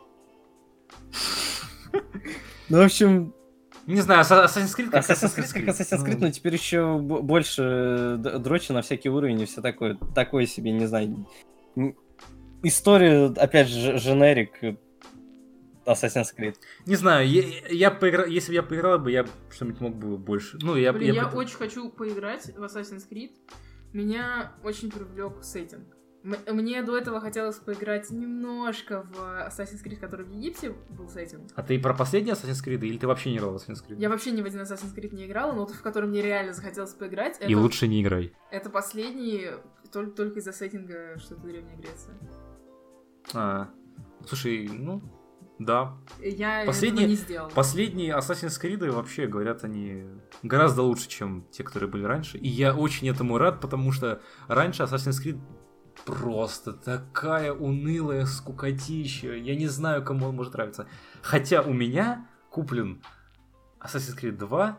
Ну, в общем... Не знаю, Assassin's Creed как Assassin's Creed, но теперь еще больше дрочи на всякий уровень и все такое. Такое себе, не знаю. История, опять же, женерик Assassin's Creed. Не знаю, я поиграл, если бы я поиграл бы, я что-нибудь мог бы больше. Ну, я очень хочу поиграть в Assassin's Creed. Меня очень привлек сеттинг. Мне до этого хотелось поиграть немножко в Assassin's Creed, который в Египте был сеттинг. А ты про последний Assassin's Creed или ты вообще не играл в Assassin's Creed? Я вообще ни в один Assassin's Creed не играла, но вот в который мне реально захотелось поиграть... И лучше не играй. Это последний, только из-за сеттинга, что это Древняя Греция. Слушай, ну... Да. Я этого не сделал. Последние Assassin's Creed, вообще, говорят, они гораздо лучше, чем те, которые были раньше. И я очень этому рад, потому что раньше Assassin's Creed просто такая унылая скукотища. Я не знаю, кому он может нравиться. Хотя у меня куплен Assassin's Creed 2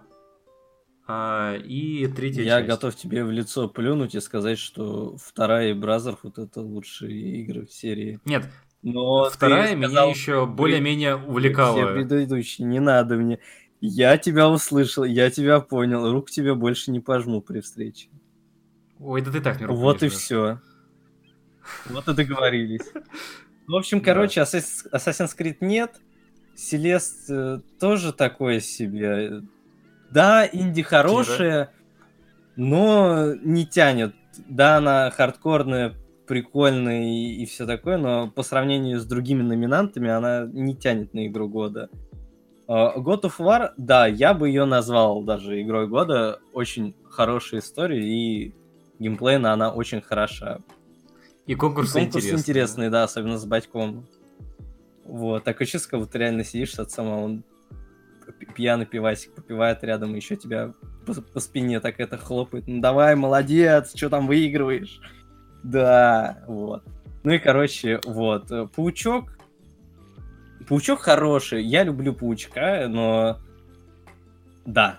и третья часть. Я готов тебе в лицо плюнуть и сказать, что вторая и Brotherhood — это лучшие игры в серии. Нет, но вторая меня еще более-менее увлекала. Все предыдущие, не надо мне. Я тебя услышал, я тебя понял. Рук тебе больше не пожму при встрече. Ой, да ты так не руку вот и все. Вот и договорились. В общем, короче, Assassin's Creed нет. Celeste тоже такое себе. Да, инди хорошая, но не тянет. Да, она хардкорная, прикольная и все такое, но по сравнению с другими номинантами она не тянет на игру года. God of War, да, я бы ее назвал даже игрой года. Очень хорошая история, и геймплейно она очень хороша. И конкурсы интересные, да, особенно с батьком. Вот, такое чувство, как будто реально сидишь от самого, он пьяный пивасик попивает рядом, и еще тебя по спине так это хлопает. Ну давай, молодец, что там выигрываешь? Да, вот. Ну и, короче, вот. Паучок. Паучок хороший. Я люблю Паучка, но... Да.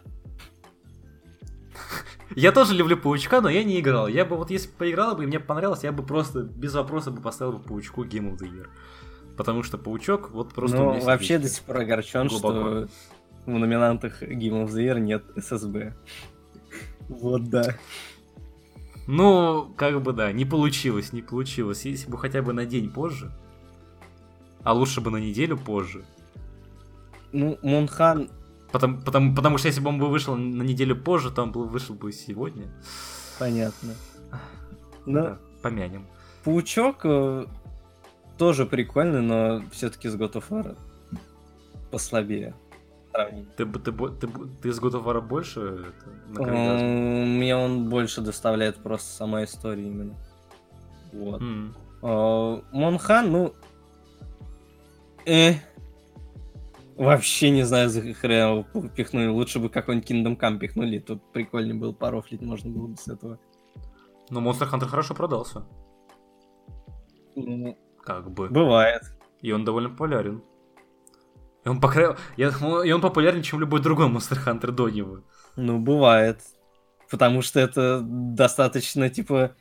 Я тоже люблю Паучка, но я не играл. Я бы вот если бы поиграл бы и мне понравилось, я бы просто без вопроса бы поставил бы Паучку Game of the Year. Потому что Паучок вот просто у Ну, меня вообще до сердечко. сих пор огорчен, Глубоко. что в номинантах Game of the Year нет ССБ. Вот да. Ну, как бы да, не получилось, не получилось. Если бы хотя бы на день позже, а лучше бы на неделю позже. Ну, Монхан... Потому что если бы он бы вышел на неделю позже, то он бы вышел бы сегодня. Понятно. Ну, Да, помянем. Паучок тоже прикольный, но все-таки с God of War послабее. Сравнить. Ты с God of War больше на калейдозме? Мне он больше доставляет просто сама история именно. Вот. Монхан, ну... Вообще не знаю, за хрена его пихнули. Лучше бы какой-нибудь Kingdom Come пихнули. Тут прикольнее было, порофлить можно было бы с этого. Но Monster Hunter хорошо продался. Ну, Как бы. бывает. И он довольно популярен. И он популярнее, чем любой другой Monster Hunter до него. Ну, бывает. Потому что это достаточно, типа...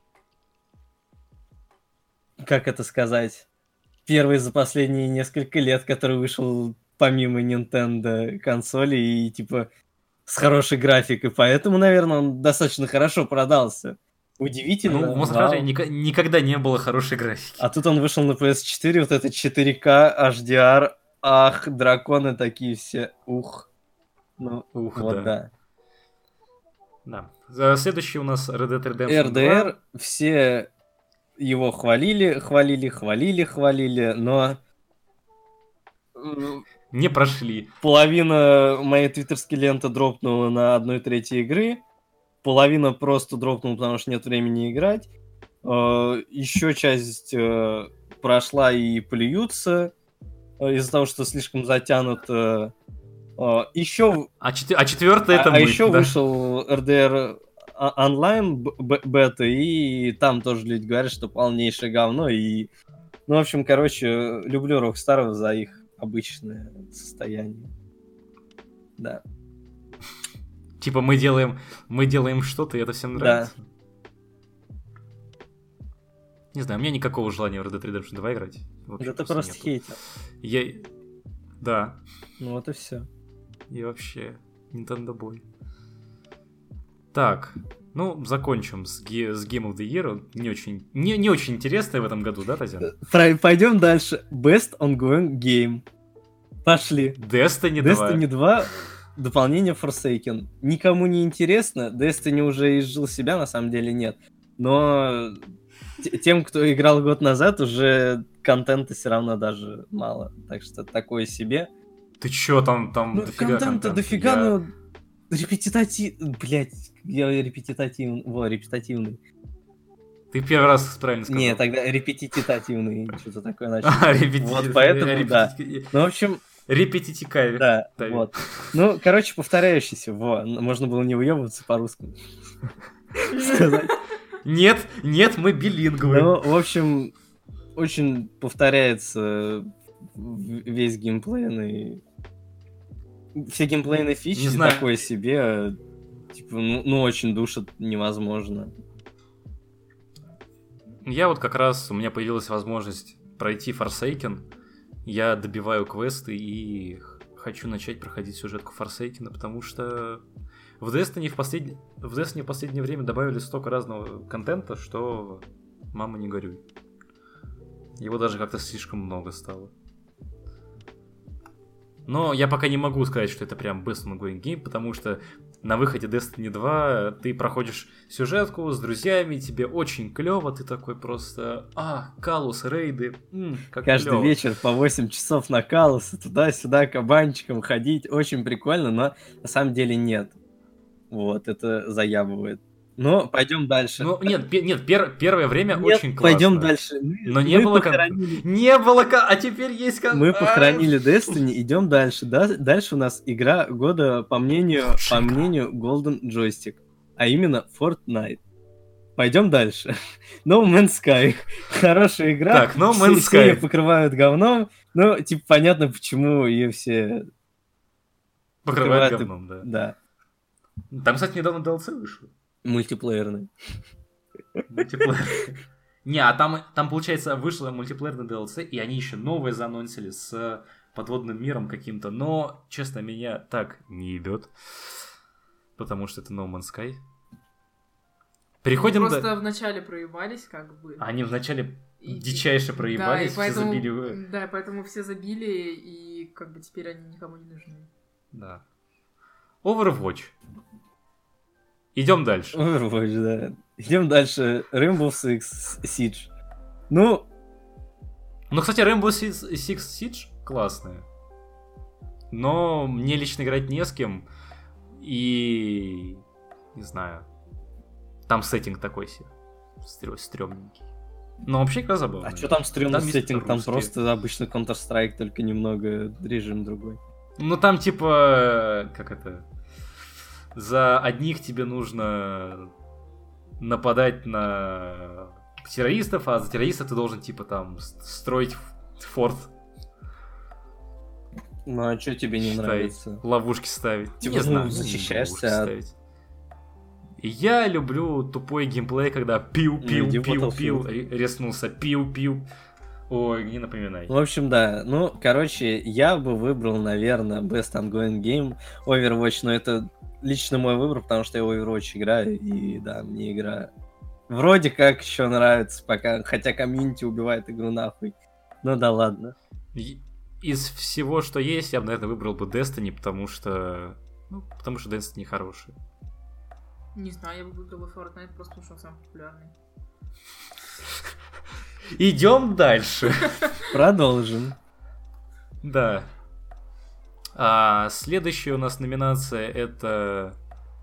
Как это сказать? Первый за последние несколько лет, который вышел помимо Nintendo консоли и, типа, с хорошей графикой. Поэтому, наверное, он достаточно хорошо продался. Удивительно. Ну, в Monster вау. Hunter никогда не было хорошей графики. А тут он вышел на PS4, вот это 4К, HDR, ах, драконы такие все, ух. Ну, Ух, вот да. да. Да. Следующий у нас Red Dead Redemption 2. RDR, все его хвалили, но Не прошли. половина моей твиттерской ленты дропнула на 1/3 игры, половина просто дропнула, потому что нет времени играть, еще часть прошла и плюются из-за того, что слишком затянуто. Еще... А четвертый это А мы. еще да. вышел RDR онлайн бета, и там тоже люди говорят, что полнейшее говно. И... Ну, в общем, короче, люблю Rockstar за их обычное состояние. Да. Типа мы делаем что-то, и это всем нравится. Не знаю, у меня никакого желания в Red Dead Redemption 2 играть. Да ты просто нету. хейтер. Да. Ну вот и все. И вообще, Nintendo Boy. Так, ну, закончим с Game of the Year. Не очень интересное в этом году, да, Татьяна? Пойдем дальше. Best Ongoing Game. Пошли. Destiny 2. Destiny 2. Дополнение Forsaken. Никому не интересно. Destiny уже изжил себя, на самом деле нет. Но тем, кто играл год назад, уже контента все равно даже мало. Так что такое себе. Ты чё, там Ну, дофига контента дофига, но репетитивный. Ты первый раз правильно сказал. Не, тогда репетитивный, что-то такое начал. Репетитив. Вот поэтому, да. Ну, в общем, Репетитикави. да, вот. Ну, короче, повторяющийся, можно было не уебываться по-русски сказать. Нет, мы билингвы. Ну, в общем, очень повторяется весь геймплейный... Все геймплейные фичи такое себе, типа, ну, очень душат невозможно. Я вот как раз, у меня появилась возможность пройти Forsaken, я добиваю квесты и хочу начать проходить сюжетку Forsaken, потому что в Destiny в последнее время добавили столько разного контента, что мама не горюй. Его даже как-то слишком много стало. Но я пока не могу сказать, что это прям best ongoing game, потому что на выходе Destiny 2 ты проходишь сюжетку с друзьями, тебе очень клево, ты такой просто, Калус, рейды, как каждый клёво. вечер по 8 часов на Калуса, туда-сюда кабанчиком ходить, очень прикольно, но на самом деле нет. Вот, это заябывает. Но пойдем дальше. Ну, нет, первое время Нет, очень классно. пойдем дальше. Но не было а теперь есть Мы похоронили Destiny, идем дальше. Дальше у нас игра года, по мнению Golden Joystick, а именно Fortnite. Пойдем дальше. No Man's Sky. Хорошая игра. Так, No Man's Все Sky. ее покрывают говном. Ну, типа, понятно, почему ее все Покрывают говном, да. Да. Там, кстати, недавно DLC вышел. Мультиплеерный. Не, а там, получается, вышло мультиплеерный DLC, и они еще новое заанонсили с подводным миром каким-то, но, честно, меня так не идет, потому что это No Man's Sky. Переходим просто вначале проебались, как бы. Они вначале дичайше проебались, да, все забили. Да, поэтому все забили, и как бы теперь они никому не нужны. Да. Overwatch. Идем дальше. Overwatch, да. Идем дальше. Rainbow Six Siege. Ну, кстати, Rainbow Six Siege классная. Но мне лично играть не с кем. И... Не знаю. Там сеттинг такой себе. Стрёмненький. Но вообще игра забавная. А что там стрёмный сеттинг? Там русские. просто обычно Counter-Strike, только немного режим другой. Ну там типа... Как это... За одних тебе нужно нападать на террористов, а за террористов ты должен типа там строить форт. Ну а что тебе не нравится? Ловушки ставить. Типа, Не знаю, защищаешься от... Я люблю тупой геймплей, когда пиу-пиу-пиу-пиу, резнулся пиу-пиу. Ой, не напоминай. В общем, да. Ну, короче, я бы выбрал, наверное, Best Ongoing Game Overwatch, но это лично мой выбор, потому что я в Overwatch играю, и да, мне игра вроде как еще нравится, пока, хотя комьюнити убивает игру нахуй. Ну да ладно. Из всего, что есть, я бы, наверное, выбрал бы Destiny, потому что Destiny хороший. Не знаю, я бы выбрала Fortnite просто потому, что он самый популярный. Идем дальше. Продолжим. Да. Следующая у нас номинация это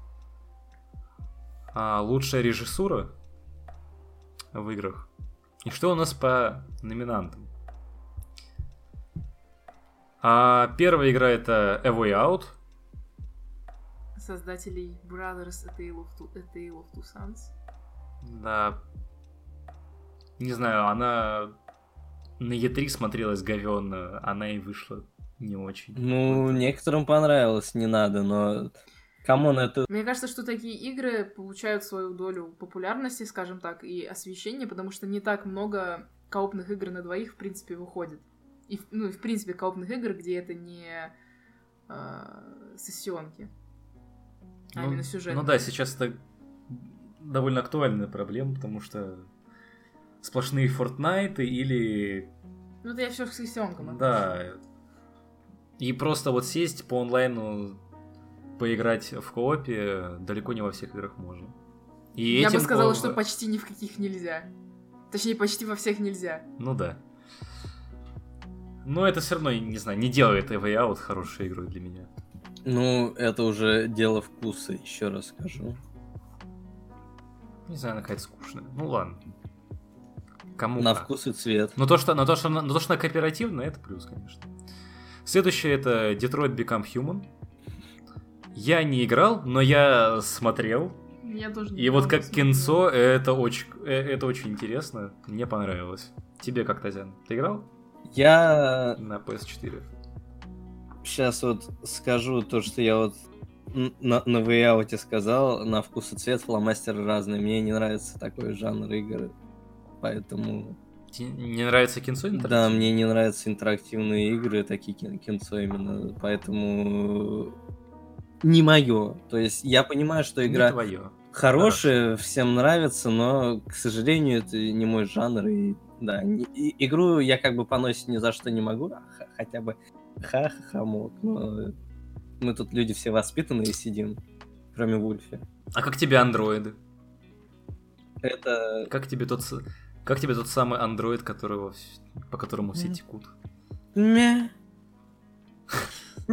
лучшая режиссура в играх. И что у нас по номинантам? Первая игра это A Way Out. Создателей Brothers A Tale of Two Sons. Да. Не знаю, она на E3 смотрелась говёно, она и вышла не очень. Ну, некоторым понравилось, не надо, но... Камон, это... Мне кажется, что такие игры получают свою долю популярности, скажем так, и освещения, потому что не так много коопных игр на двоих, в принципе, выходит. И, в принципе, коопных игр, где это не сессионки, а именно сюжет. Ну да, сейчас это довольно актуальная проблема, потому что сплошные Fortnite или... Ну, это я все к сессионкам. Да. И просто вот сесть по онлайну, поиграть в коопе далеко не во всех играх можно. И я бы сказала, что почти ни в каких нельзя. Точнее, почти во всех нельзя. Ну да. Но это все равно, не знаю, не делает A Way Out хорошей игрой для меня. Ну, это уже дело вкуса, еще раз скажу. Не знаю, она какая-то скучная. Ну ладно. Кому на как. Вкус и цвет. Но то, что она кооперативная, это плюс, конечно. Следующее это Detroit Become Human. Я не играл, но я смотрел. Я тоже не И вот как кинцо, это очень интересно. Мне понравилось. Тебе как, Тазян? Ты играл? Я... На PS4. Сейчас вот скажу то, что я вот на Way Out сказал. На Вкус и цвет фломастеры разные. Мне не нравится такой жанр игр. Поэтому... Тебе не нравится кинцо интерактивное? Да, мне не нравятся интерактивные игры, такие кинцо именно. Поэтому... Не мое. То есть я понимаю, что игра... Не твое. Хорошая, всем нравится, но, к сожалению, это не мой жанр. И, да, игру я как бы поносить ни за что не могу, хотя бы ха-ха-ха мог. Но мы тут люди все воспитанные сидим, кроме Вульфи. А как тебе андроиды? Это... Как тебе тот самый андроид, по которому все текут? Мя.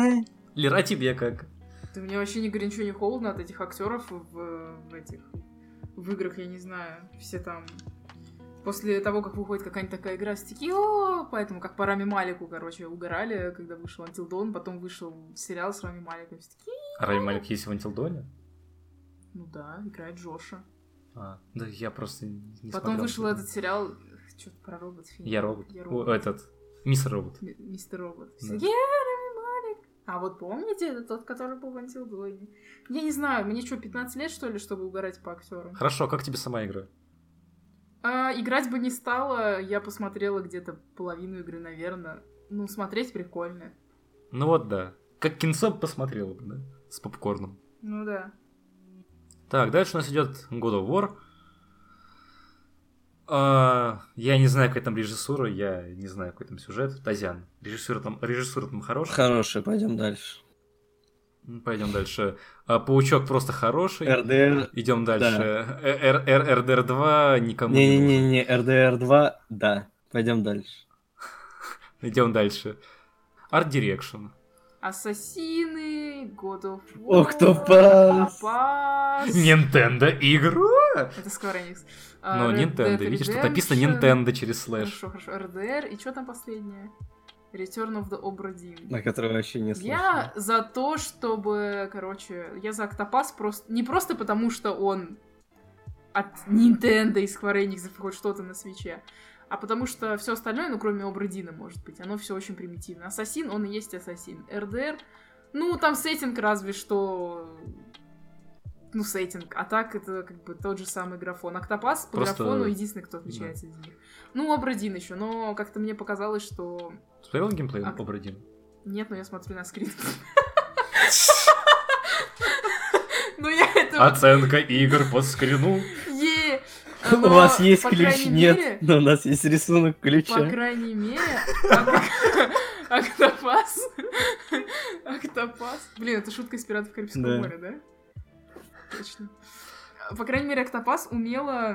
Лера, тебе как? Ты мне вообще ничего не холодно от этих актеров в в играх, я не знаю, все там... После того, как выходит какая-нибудь такая игра, все такие, о, поэтому как по Рами Малику, короче, угорали, когда вышел Until Dawn, потом вышел сериал с Рами Маликом, все такие... А Рами Малик есть в Until Dawn? Ну да, играет Джоша. Да я просто не Потом смотрел. вышел этот сериал, что-то про робот-фильм. Я робот. Мистер Робот. Мистер Робот. Да. Все такие, Рами Малик. А вот помните, это тот, который был в Until Dawn? Я не знаю, мне что, 15 лет, что ли, чтобы угорать по актерам? Хорошо, как тебе сама игра? Играть бы не стала, я посмотрела где-то половину игры, наверное. Ну, смотреть прикольно. Ну вот да. Как кинцо посмотрела бы, да? С попкорном. Ну да. Так, дальше у нас идет God of War. Я не знаю, какая там режиссура, я не знаю, какой там сюжет. Тазян, режиссура там хорошая? Хороший, пойдем дальше. Пойдем дальше. Паучок просто хороший. РДР... Идем дальше. РДР 2 никому не нужен. Не-не-не, РДР 2, да. Пойдем дальше. Идем дальше. Art Direction. Ассасины, God of War, Octopath. Nintendo игра? Это Square Enix. Ну, Red Nintendo, Dead видишь, тут Redemption. написано Nintendo через слэш. Хорошо. RDR. И что там последнее? Return of the Obra Dinn. На который вообще не слышал. Я за то, чтобы, короче, я за Octopath просто... Не просто потому, что он от Nintendo и Square Enix хоть что-то на свече, а потому что все остальное, ну, кроме Obra Dinn, может быть, оно все очень примитивно. Ассасин, он и есть ассасин. RDR, ну, там сеттинг разве что... Ну, сеттинг. А так это как бы тот же самый графон. Octopath по Просто... графону единственный, кто отличается из них. Ну, Obra Dinn еще, но как-то мне показалось, что... Смотрел геймплей Obra Dinn? Нет, но я смотрю на скрин. Ну, я это... Оценка игр по скрину. У вас есть ключ? Нет, но у нас есть рисунок ключа. По крайней мере, Octopath. Блин, это шутка из «Пиратов Карибского моря», да? Точно. По крайней мере, Octopath умело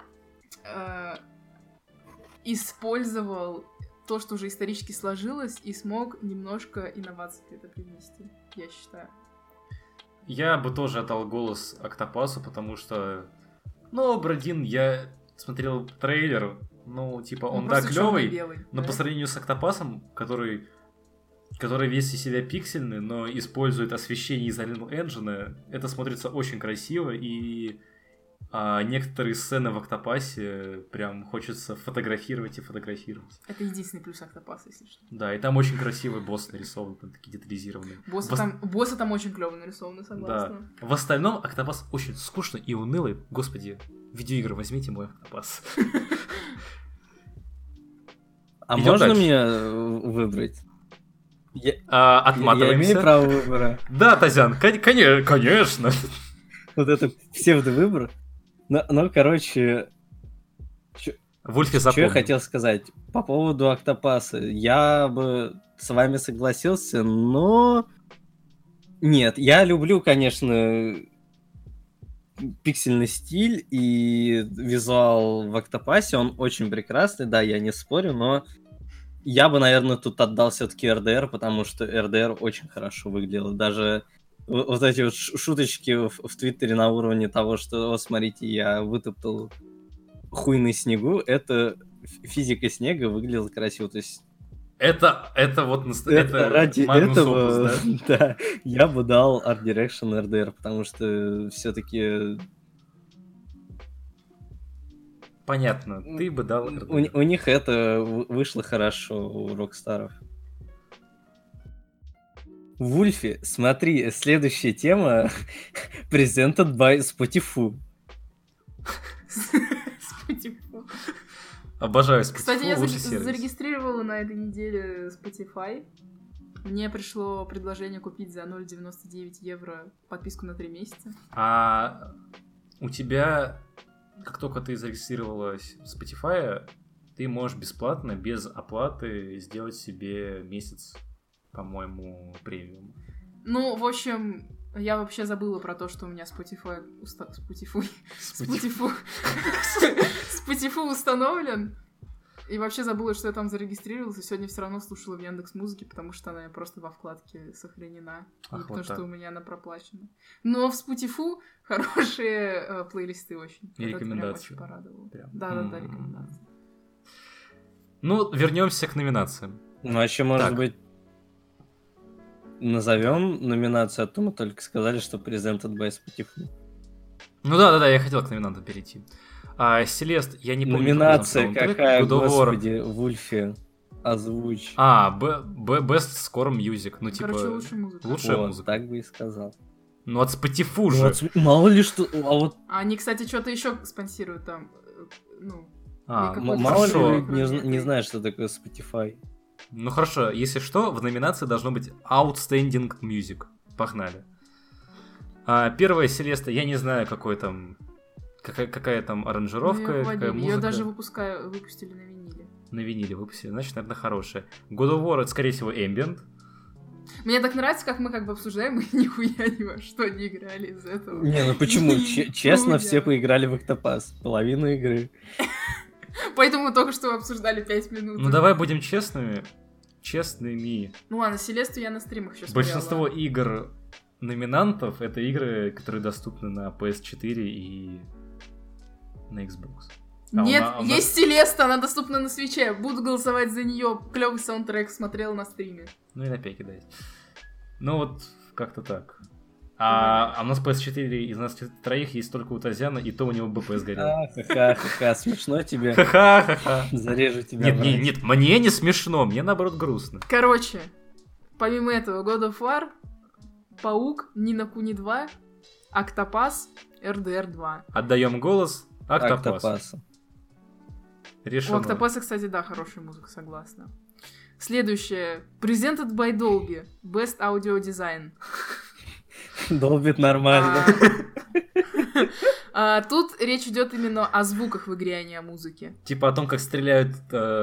использовал то, что уже исторически сложилось, и смог немножко инноваций это привнести, я считаю. Я бы тоже отдал голос Octopath'у, потому что... Ну, Obra Dinn, я смотрел трейлер, ну, типа, он да, клёвый, но по сравнению с Octopath'ом, который весь из себя пиксельный, но использует освещение из Unreal Engine, это смотрится очень красиво, и некоторые сцены в Octopath'е прям хочется фотографировать и фотографировать. Это единственный плюс Octopath, если что. Да, и там очень красивый босс нарисован, там такие детализированные. Боссы там очень клёво нарисованы, согласна. Да. В остальном Octopath очень скучный и унылый. Господи, видеоигры возьмите мой Octopath. А можно мне выбрать? Отматываемся. Я имею право выбора? Да, Тазян, конечно. Вот это псевдовыбор. Ну, короче... Вульфи запомнил. Что я хотел сказать? По поводу Octopath'а. Я бы с вами согласился, но... Нет, я люблю, конечно, пиксельный стиль и визуал в Octopath'е. Он очень прекрасный, да, я не спорю, но... Я бы, наверное, тут отдал все-таки RDR, потому что RDR очень хорошо выглядел. Даже вот эти вот шуточки в Твиттере на уровне того, что, вот смотрите, я вытоптал хуй на снегу, это физика снега выглядела красиво. То есть... Это вот это ради этого, да, я бы дал Art Direction RDR, потому что все-таки... Понятно, ты бы дал... У них это вышло хорошо, у Рокстаров. Вульфи, смотри, следующая тема presented by Spotify. Обожаю Spotify. Кстати, я зарегистрировала на этой неделе Spotify. Мне пришло предложение купить за 0,99 евро подписку на 3 месяца. А у тебя... Как только ты зарегистрировалась в Spotify, ты можешь бесплатно, без оплаты, сделать себе месяц, по-моему, премиум. Ну, в общем, я вообще забыла про то, что у меня Spotify установлен. И вообще забыла, что я там зарегистрировалась, и сегодня все равно слушала в Яндекс.Музыке, потому что она просто во вкладке сохранена. Ах, И потому вот что так. у меня она проплачена. Но в Spotify хорошие плейлисты очень. И Вот это прям рекомендации. очень порадовало. Прям. Да, рекомендации. Ну, вернемся к номинациям. Ну, а еще, может Так. быть, назовем номинацию, а то мы только сказали, что presented by Spotify. Ну да, я хотел к номинантам перейти. Селест, я не помню, Номинация какой там саундтрек. какая, God of War. господи, Вульфи, озвучь. Best Score Music. Ну, типа, Короче, лучшая музыка. лучшая Вот, музыка. так бы и сказал. Ну, от Spotify Ну, же. вот мало ли что, а вот Они, кстати, что-то еще спонсируют там. Ну, Ну, мало ли хорошо. не знаешь, что такое Spotify. Ну, хорошо. Если что, в номинации должно быть Outstanding Music. Погнали. Первая Селеста, я не знаю, какой там... Какая там аранжировка, какая музыка. Ее даже выпустили на виниле. На виниле выпустили, значит, наверное, хорошая. God of War, это, скорее всего, Ambient. Мне так нравится, как мы как бы обсуждаем, и нихуя ни во что не играли из этого. Не, ну почему? Честно, Нихуя. все поиграли в Octopath. Половину игры. Поэтому мы только что обсуждали 5 минут. Ну, давай будем честными. Ну ладно, Селесту я на стримах еще смотрела. Большинство игр номинантов — это игры, которые доступны на PS4 и на Xbox. Нет, у нас- есть Селеста, она доступна на свече. Буду голосовать за нее. Клевый саундтрек смотрел на стриме. Ну и на пеке, да. Ну вот, как-то так. А у нас PS4 из нас троих есть только у Тазяна, и то у него БП сгорел. Ха-ха-ха, смешно тебе. Ха-ха-ха. Зарежу тебя. Нет, мне не смешно, мне наоборот грустно. Короче, помимо этого, God of War, Паук, Ни Куни 2, Октопас, РДР 2. Отдаем голос Октопасу. Октопаса. У Решено. Октопаса, кстати, да, хорошая музыка, согласна. Следующее. Presented by Dolby. Best Audio Design. Долбит нормально. Тут речь идет именно о звуках в игре, а не о музыке. Типа о том, как стреляет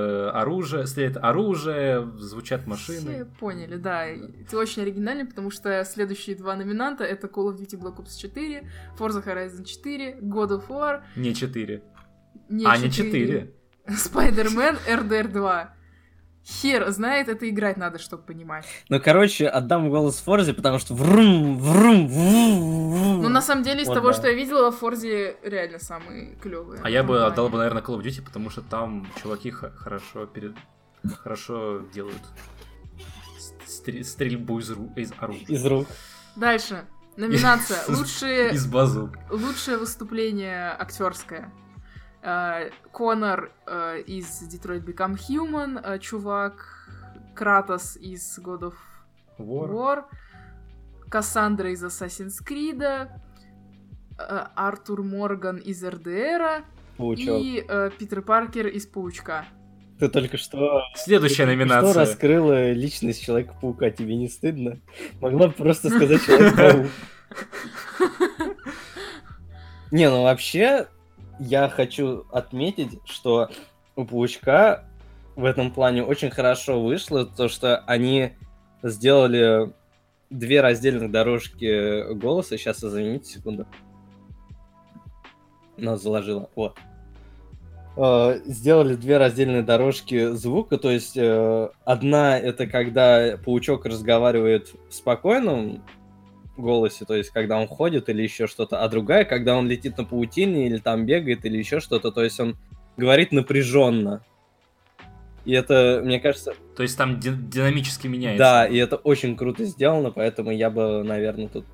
оружие, звучат Все машины. поняли, да. Ты очень оригинальный, потому что следующие два номинанта — это Call of Duty Black Ops 4, Forza Horizon 4, God of War, Не 4. не 4. Spider-Man, RDR 2. Хер знает, это играть надо, чтобы понимать. Ну, короче, отдам голос Форзе, потому что врум, врум, врум. Ну, на самом деле, из Вот того, да. что я видела, в Форзе реально самые клевые. А я бы отдал бы, наверное, Call of Duty, потому что там чуваки хорошо делают стрельбу из оружия. Из рук. Дальше. Номинация. Из базук. Лучшее выступление актерское. Конор из Detroit Become Human, чувак Кратос из God of War, Кассандра из Assassin's Creed, Артур Морган из РДР Паучок. и Питер Паркер из Паучка. Ты только что... Следующая номинация. Что раскрыла личность Человека-паука? Тебе не стыдно? Могла бы просто сказать Человек-паук. Не, ну вообще, я хочу отметить, что у Паучка в этом плане очень хорошо вышло, то, что они сделали 2 раздельных дорожки голоса. Сейчас, извините, секунду. Нас заложило. Вот. Сделали 2 раздельные дорожки звука, то есть одна — это когда Паучок разговаривает в спокойном голосе, то есть когда он ходит или еще что-то, а другая, когда он летит на паутине или там бегает или еще что-то, то есть он говорит напряженно. И это, мне кажется... То есть там динамически меняется. Да, и это очень круто сделано, поэтому я бы, наверное, тут...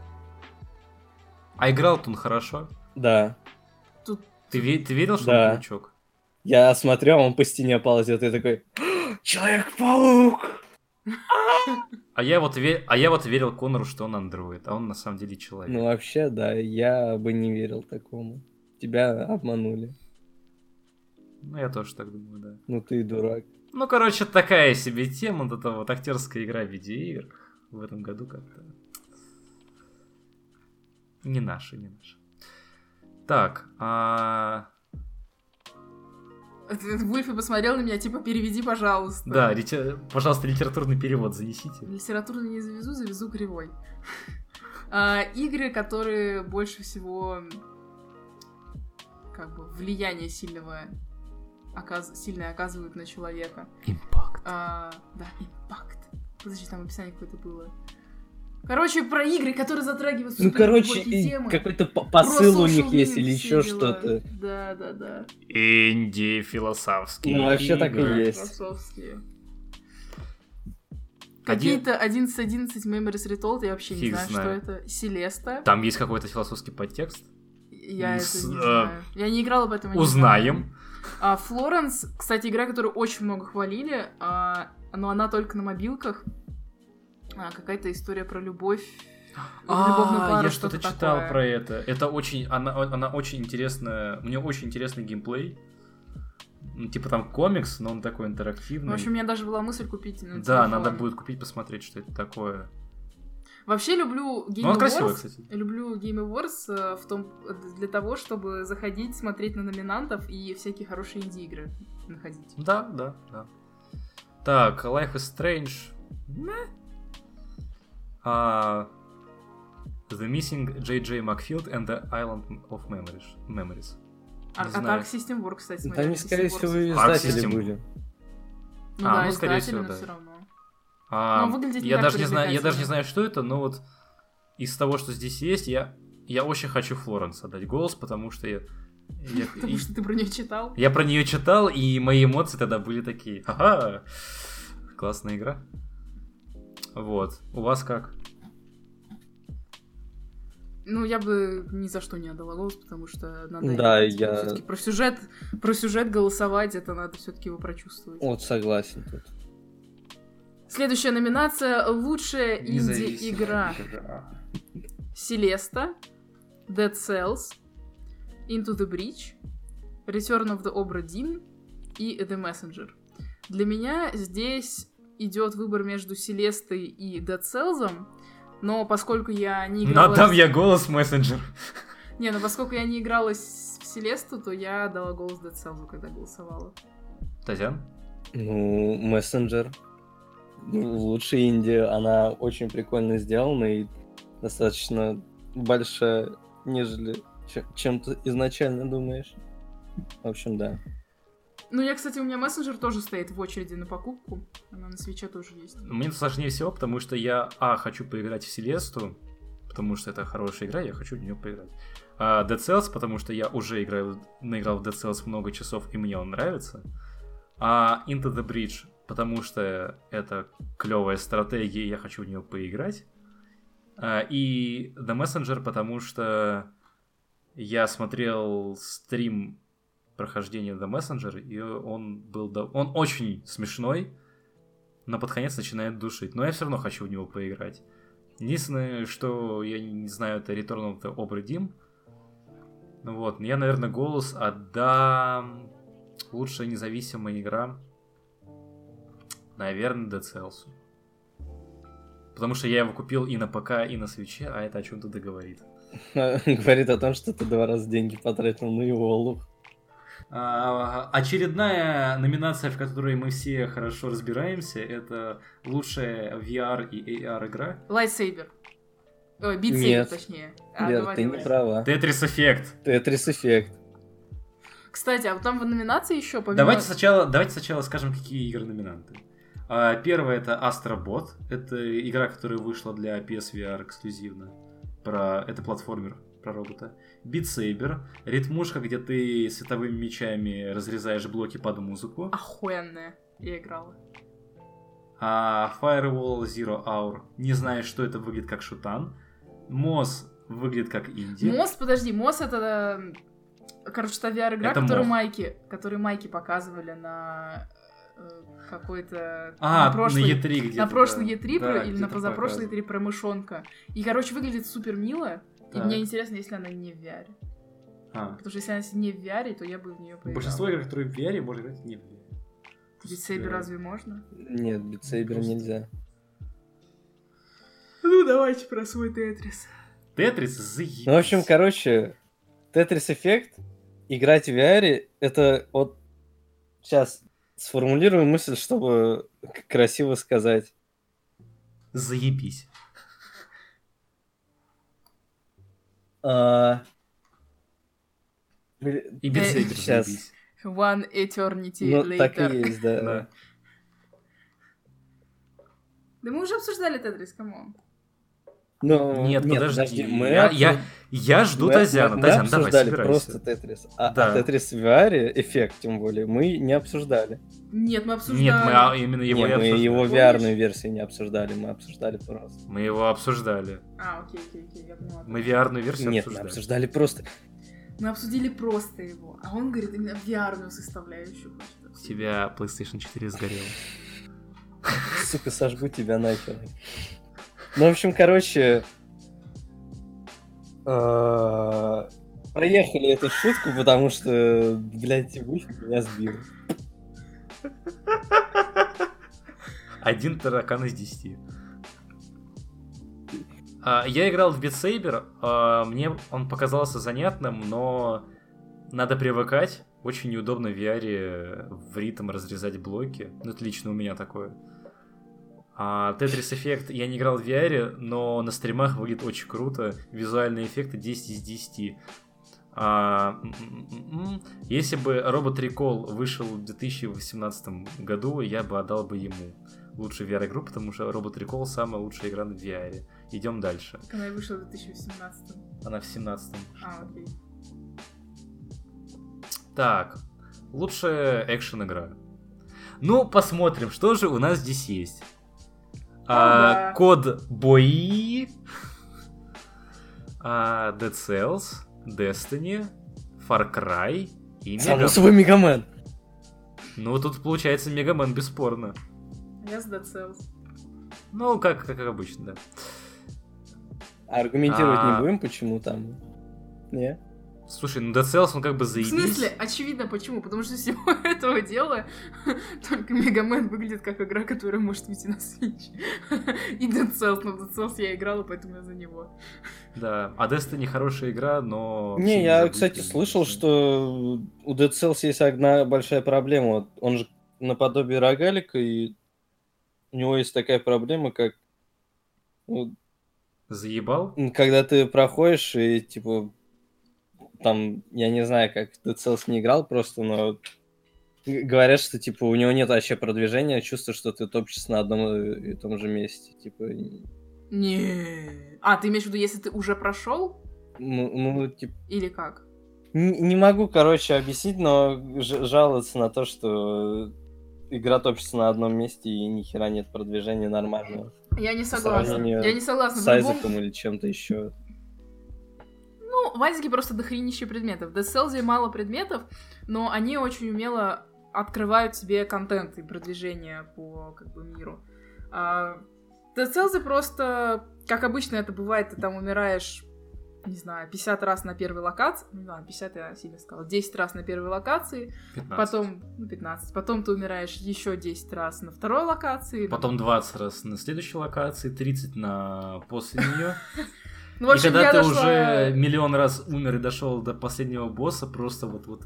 А играл-то он хорошо? Да. Ты верил, что Да. он Паучок? Я смотрю, а он по стене ползет, и такой... Человек-паук! А я вот верил Конору, что он андроид, а он на самом деле человек. Ну, вообще, да, я бы не верил такому. Тебя обманули. Ну, я тоже так думаю, да. Ну, ты дурак. Ну, короче, такая себе тема, вот эта вот актерская игра в видеоигр в этом году как-то... Не наша. Так, Вульфи посмотрел на меня, типа, переведи, пожалуйста. Да, пожалуйста, литературный перевод занесите. Литературно не завезу кривой. Игры, которые больше всего как бы влияния сильного сильно оказывают на человека. Импакт. Да, импакт. Подожди, там описание какое-то было. Короче, про игры, которые затрагивают суперглубокие темы. Какой-то посыл у них social есть memes, или все еще дела. что-то. Да. Инди-философские. Ну, вообще так и игры. есть. Философские. Какие-то 11.11 Memories Retold, я вообще не Фиг знаю, знает. что это. Селеста. Там есть какой-то философский подтекст. Я это С- не знаю. Я не играла, поэтому не Узнаем. знаю. Флоренс, кстати, игра, которую очень много хвалили, но она только на мобилках. Какая-то история про любовь. Любовную пару, Я что-то читал такое. про это. Это очень, она очень интересная. У нее очень интересный геймплей. Ну, типа там комикс, но он такой интерактивный. В общем, у меня даже была мысль купить на Да, телефон. надо будет купить, посмотреть, что это такое. Вообще люблю Game Ну, она Awards. красивая, кстати. Люблю Game Awards для того, чтобы заходить, смотреть на номинантов и всякие хорошие инди-игры находить. Да. Так, Life is Strange. The Missing J.J. Macfield and the Island of Memories. Не знаю. Arc System Works, кстати, Там, смотрели. скорее System всего, Works. и Arc издатели System. были. Ну да, скорее издатели, всего, но да. все равно. А, выглядит не я так даже не знаю, привлекательно. что это, но вот из того, что здесь есть, я очень хочу Флоренс отдать голос, потому что Потому что ты про нее читал. я про нее читал, и мои эмоции тогда были такие. Ага, классная игра. Вот. У вас как? Ну, я бы ни за что не отдала голос, потому что надо Да, играть. я- Всё-таки про сюжет голосовать, это надо все-таки его прочувствовать. Вот, согласен тут. Следующая номинация — лучшая инди-игра. Селеста, Dead Cells, Into the Breach, Return of the Obra Dinn и The Messenger. Для меня здесь идет выбор между Селестой и Dead Cells, но поскольку я не играла... Надам я голос, мессенджер. Не, ну поскольку я не играла в Селесту, то я дала голос Dead Cells, когда голосовала. Татьяна? Ну, мессенджер. Лучшая инди. Она очень прикольно сделана и достаточно большая, нежели чем ты изначально думаешь. В общем, да. Ну, кстати, у меня мессенджер тоже стоит в очереди на покупку. Она на свече тоже есть. Мне сложнее всего, потому что я, хочу поиграть в Селесту, потому что это хорошая игра, я хочу в нее поиграть. А Dead Cells, потому что я уже наиграл в Dead Cells много часов, и мне он нравится. А Into the Breach, потому что это клевая стратегия, и я хочу в нее поиграть. И The Messenger, потому что я смотрел стрим прохождения The Messenger, и он очень смешной, но под конец начинает душить. Но я все равно хочу в него поиграть. Единственное, что я не знаю, это Return of the Obra Dinn. Вот, я, наверное, голос отдам. Лучшая независимая игра. Наверное, Dead Cells. Потому что я его купил и на ПК, и на свече, а это о чем-то договорит. Говорит о том, что ты 2 раза деньги потратил на его лук. Очередная номинация, в которой мы все хорошо разбираемся, это лучшая VR и AR игра. Lightsaber. Ой, Beat Saber, Нет. точнее. Вера, ты не говорила. права. Tetris Effect. Tetris Effect. Кстати, а вот там в номинации еще помимо... Давайте сначала скажем, какие игры номинанты. Первая это Astro Bot. Это игра, которая вышла для PSVR эксклюзивно. Это платформер про робота. Beat Saber. Ритмушка, где ты световыми мечами разрезаешь блоки под музыку. Охуенная. Я играла. Firewall Zero Hour. Не знаю, что это выглядит как шутан. Moss выглядит как инди. Мост, подожди, Мост это... Короче, та VR-игра, Это которую Moth. которые майки показывали на какой-то... На прошлый E3 где-то. на прошлый да. E3 Да, или на где-то позапрошлый показывали. E3 про мышонка. И, короче, выглядит супер мило. И Так. мне интересно, если она не в VR. А. Потому что если она не в VR, то я бы в нее поиграла. Большинство игр, которые в VR, можно играть не в VR. Beat Saber разве можно? Нет, Beat Saber Просто. нельзя. Ну, давайте про свой Тетрис. Тетрис заебись. Ну, в общем, короче, Tetris Effect, играть в VR, это вот... Сейчас сформулирую мысль, чтобы красиво сказать. Заебись. Блин, И Beat Saber Сейчас. заебись. One eternity Ну, later. так и есть, да. Да. Да мы уже обсуждали Тетрис, камон. Но... Нет, подожди. Мы Я жду мы Тазяна. Тазян, давай, обсуждали собирайся. просто Тетрис. А Да. Тетрис в VR, эффект тем более, мы не обсуждали. Нет, мы обсуждали. Нет, мы именно его и Не, мы обсуждали. его VR-ную версию не обсуждали, мы обсуждали просто. Мы его обсуждали. Окей, я поняла. Мы VR-ную версию Нет, мы обсуждали. обсуждали просто. Мы обсудили просто его, а он говорит именно VR-ную составляющую. У тебя PlayStation 4 сгорел. Сука, сожгу тебя нахер. Ну, в общем, короче... Проехали эту шутку, потому что, блядь, Вульф меня сбил. 1 таракан из 10. Я играл в Beat Saber, мне он показался занятным, но надо привыкать. Очень неудобно в VR в ритм разрезать блоки. Ну, это лично у меня такое. Tetris Effect я не играл в VR, но на стримах выглядит очень круто. Визуальные эффекты 10 из 10. Если бы Robot Recall вышел в 2018 году, я бы отдал бы ему лучшую VR-игру, потому что Robot Recall самая лучшая игра на VR. Идем дальше. Она и вышла в 2018. Она в 17-м. Окей. Так, лучшая экшен-игра. Ну, посмотрим, что же у нас здесь есть. Да. Код Бои, Dead Cells, Destiny, Far Cry и Само Мегамен. собой Мегамен. Ну, тут получается Мегамен, бесспорно. Я с Dead Cells. Ну, как обычно, да. Аргументировать не будем, почему там? Не? Слушай, ну Dead Cells, он как бы В заебись. смысле? Очевидно, почему? Потому что всего этого дела только Мегамен выглядит как игра, которая может выйти на Switch. И Dead Cells, но в Dead Cells я играла, поэтому я за него. Да, а Destiny хорошая игра, но... Не, все я, забыты. кстати, слышал, что у Dead Cells есть одна большая проблема. Он же наподобие рогалика, и у него есть такая проблема, как... ну, Заебал? когда ты проходишь, и, типа, там, я не знаю, как Dead Cells не играл просто, но говорят, что, типа, у него нет вообще продвижения, чувство, что ты топчешься на одном и том же месте. Типа, Не. Ты имеешь в виду, если ты уже прошел? ну типа... Или как? Не могу, короче, объяснить, но жаловаться на то, что игра топчется на одном месте и ни хера нет продвижения нормального. Я не По согласна. сравнению Я не согласна. С В любом- Айзеком или чем-то еще. Ну, в Айзеке просто дохренище предметов. В Dead Cells мало предметов, но они очень умело открывают себе контент и продвижение по как бы миру. В Dead Cells просто, как обычно это бывает, ты там умираешь, не знаю, 50 раз на первой локации. Ну да, 50 я сильно сказала. 10 раз на первой локации. 15. Потом, 15. Потом ты умираешь еще 10 раз на второй локации. Потом 20 раз на следующей локации, 30 после нее. Ну, в И общем, когда я ты дошла... уже миллион раз умер и дошел до последнего босса, просто вот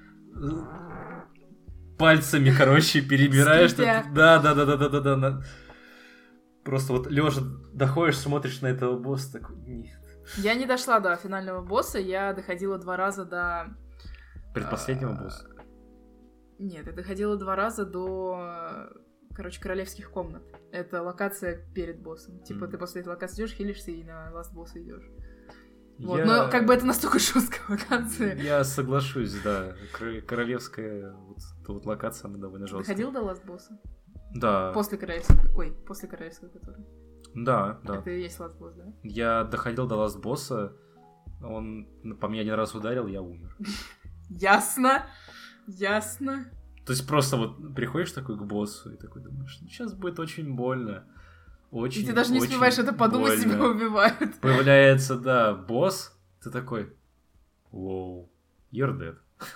пальцами, короче, перебираешь. Скрипя. Да. Просто вот лежа доходишь, смотришь на этого босса, такой, нет. Я не дошла до финального босса, я доходила 2 раза до... Предпоследнего босса. Нет, я доходила 2 раза до, короче, королевских комнат. Это локация перед боссом. Типа ты после этой локации идешь, хилишься и на ласт босса идешь. Вот. Но как бы это настолько жесткая локация. Я соглашусь, да. Королевская вот локация, она довольно жесткая. Доходил до ласт босса? Да. После королевской, которая. Да. Это и есть ласт босс, да? Я доходил до ласт босса, он по мне один раз ударил, я умер. Ясно. То есть просто вот приходишь такой к боссу и такой думаешь, ну сейчас будет очень больно. Очень, И ты даже не очень успеваешь это подумать, больно. тебя убивают. Появляется, да, босс, ты такой, wow, you're dead.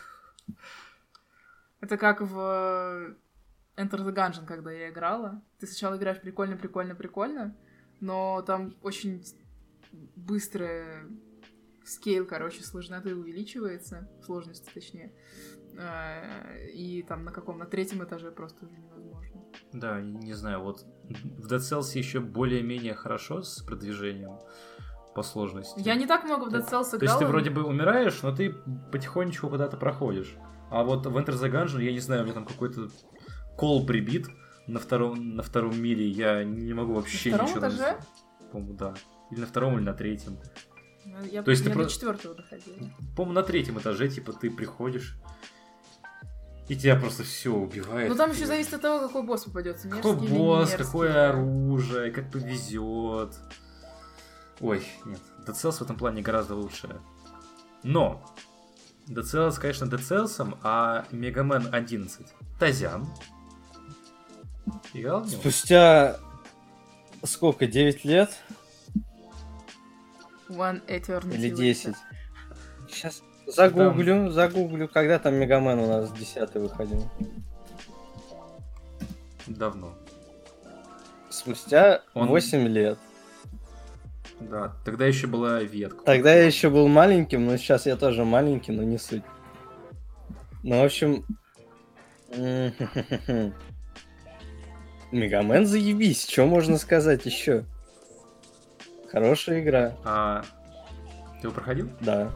Это как в Enter the Gungeon, когда я играла. Ты сначала играешь прикольно, но там очень быстрый скейл, короче, сложноты увеличивается, сложности точнее. И там на 3-м этаже просто уже невозможно. Да, не знаю, вот в Dead Cells еще более-менее хорошо с продвижением по сложности. Я не так много в Dead Cells играла. То есть ты вроде бы умираешь, но ты потихонечку куда-то проходишь. А вот в Enter the Gungeon, я не знаю, у меня там какой-то кол прибит на втором мире, я не могу вообще На ничего... втором этаже? По-моему, да. Или на втором, или на третьем. Я То есть ты до про- 4-го доходила. По-моему, на третьем этаже, типа, ты приходишь, и тебя просто все убивает. Ну там еще зависит от того, какой босс попадется. Какой Мерзкий или не босс, мерзкий. какое оружие, как повезет. Ой, нет, Dead Cells в этом плане гораздо лучше. Но Dead Cells, конечно, Dead Cells, а Mega Man 11. Тазян. Играл в него? Спустя сколько, 9 лет? One Eternity Или Later. 10? Сейчас загуглю, когда там Мегамен у нас 10-й выходил. Давно. Спустя Он- 8 лет. Да, тогда еще была ветка. Тогда я еще был маленьким, но сейчас я тоже маленький, но не суть. Ну, в общем... Мегамен заебись, что можно сказать еще? Хорошая игра, А ты его проходил? да.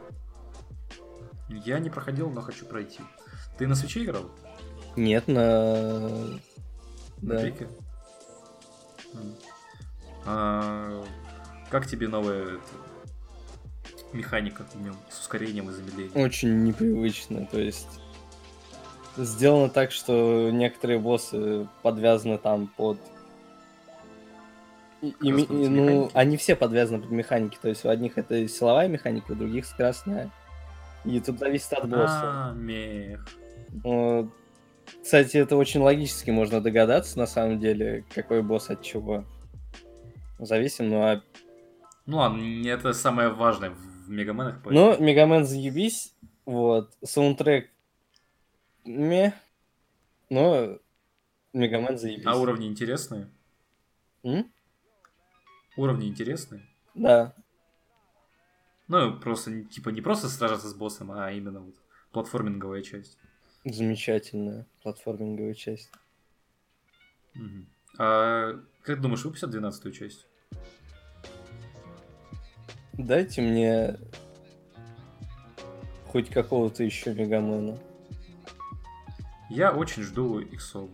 Я не проходил, но хочу пройти. Ты на свече играл? Нет, на... На Да. пике? Как тебе новая механика в нем с ускорением и замедлением? Очень непривычно, то есть... Сделано так, что некоторые боссы подвязаны там под... Механики? они все подвязаны под механики, то есть у одних это силовая механика, у других скоростная. И тут зависит от босса. Мех. Кстати, это очень логически можно догадаться, на самом деле, какой босс от чего. Зависим, а Ну ладно, не это самое важное в Мегаменах. Но Мегамен заебись, вот, саундтрек но Мегамен заебись. А уровни интересные? М? Уровни интересные? Да. Ну, просто, типа, не просто сражаться с боссом, а именно вот платформинговая часть. Замечательная платформинговая часть. Мгм. А как ты думаешь, выпустят 12-ю часть? Дайте мне хоть какого-то еще Мегамена. Я очень жду иксовую.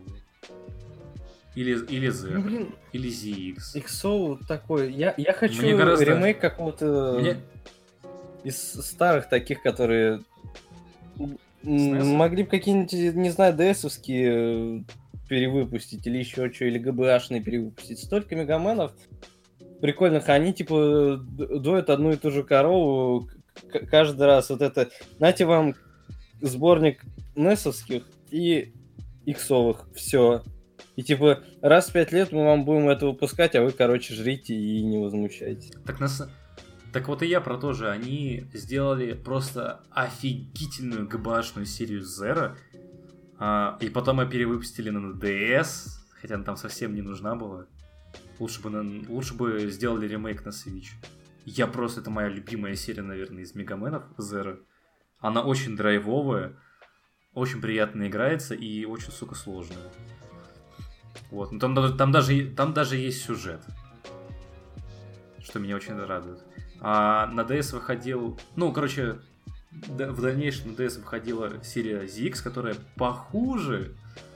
Или Z, Ну, блин, или ZX. Иксоу такой. Я хочу Мне гораздо- ремейк какого-то Мне- из старых таких, которые SNES? могли бы какие-нибудь, не знаю, DS-овские перевыпустить или еще что, или GBA-шные перевыпустить. Столько мегаменов прикольных, они типа доят одну и ту же корову каждый раз. Вот это, знаете, вам сборник NES-овских и иксовых, все. И типа раз в 5 лет мы вам будем это выпускать, а вы, короче, жрите и не возмущайтесь. Так вот и я про то же. Они сделали просто офигительную ГБАшную серию Zero, и потом ее перевыпустили на DS, хотя она там совсем не нужна была. Лучше бы сделали ремейк на Switch. Это моя любимая серия, наверное, из Мегаменов Zero. Она очень драйвовая, очень приятно играется и очень, сука, сложная. Вот, ну там даже есть сюжет, что меня очень радует. А на DS выходил... Ну, короче, в дальнейшем на DS выходила серия ZX, которая похуже,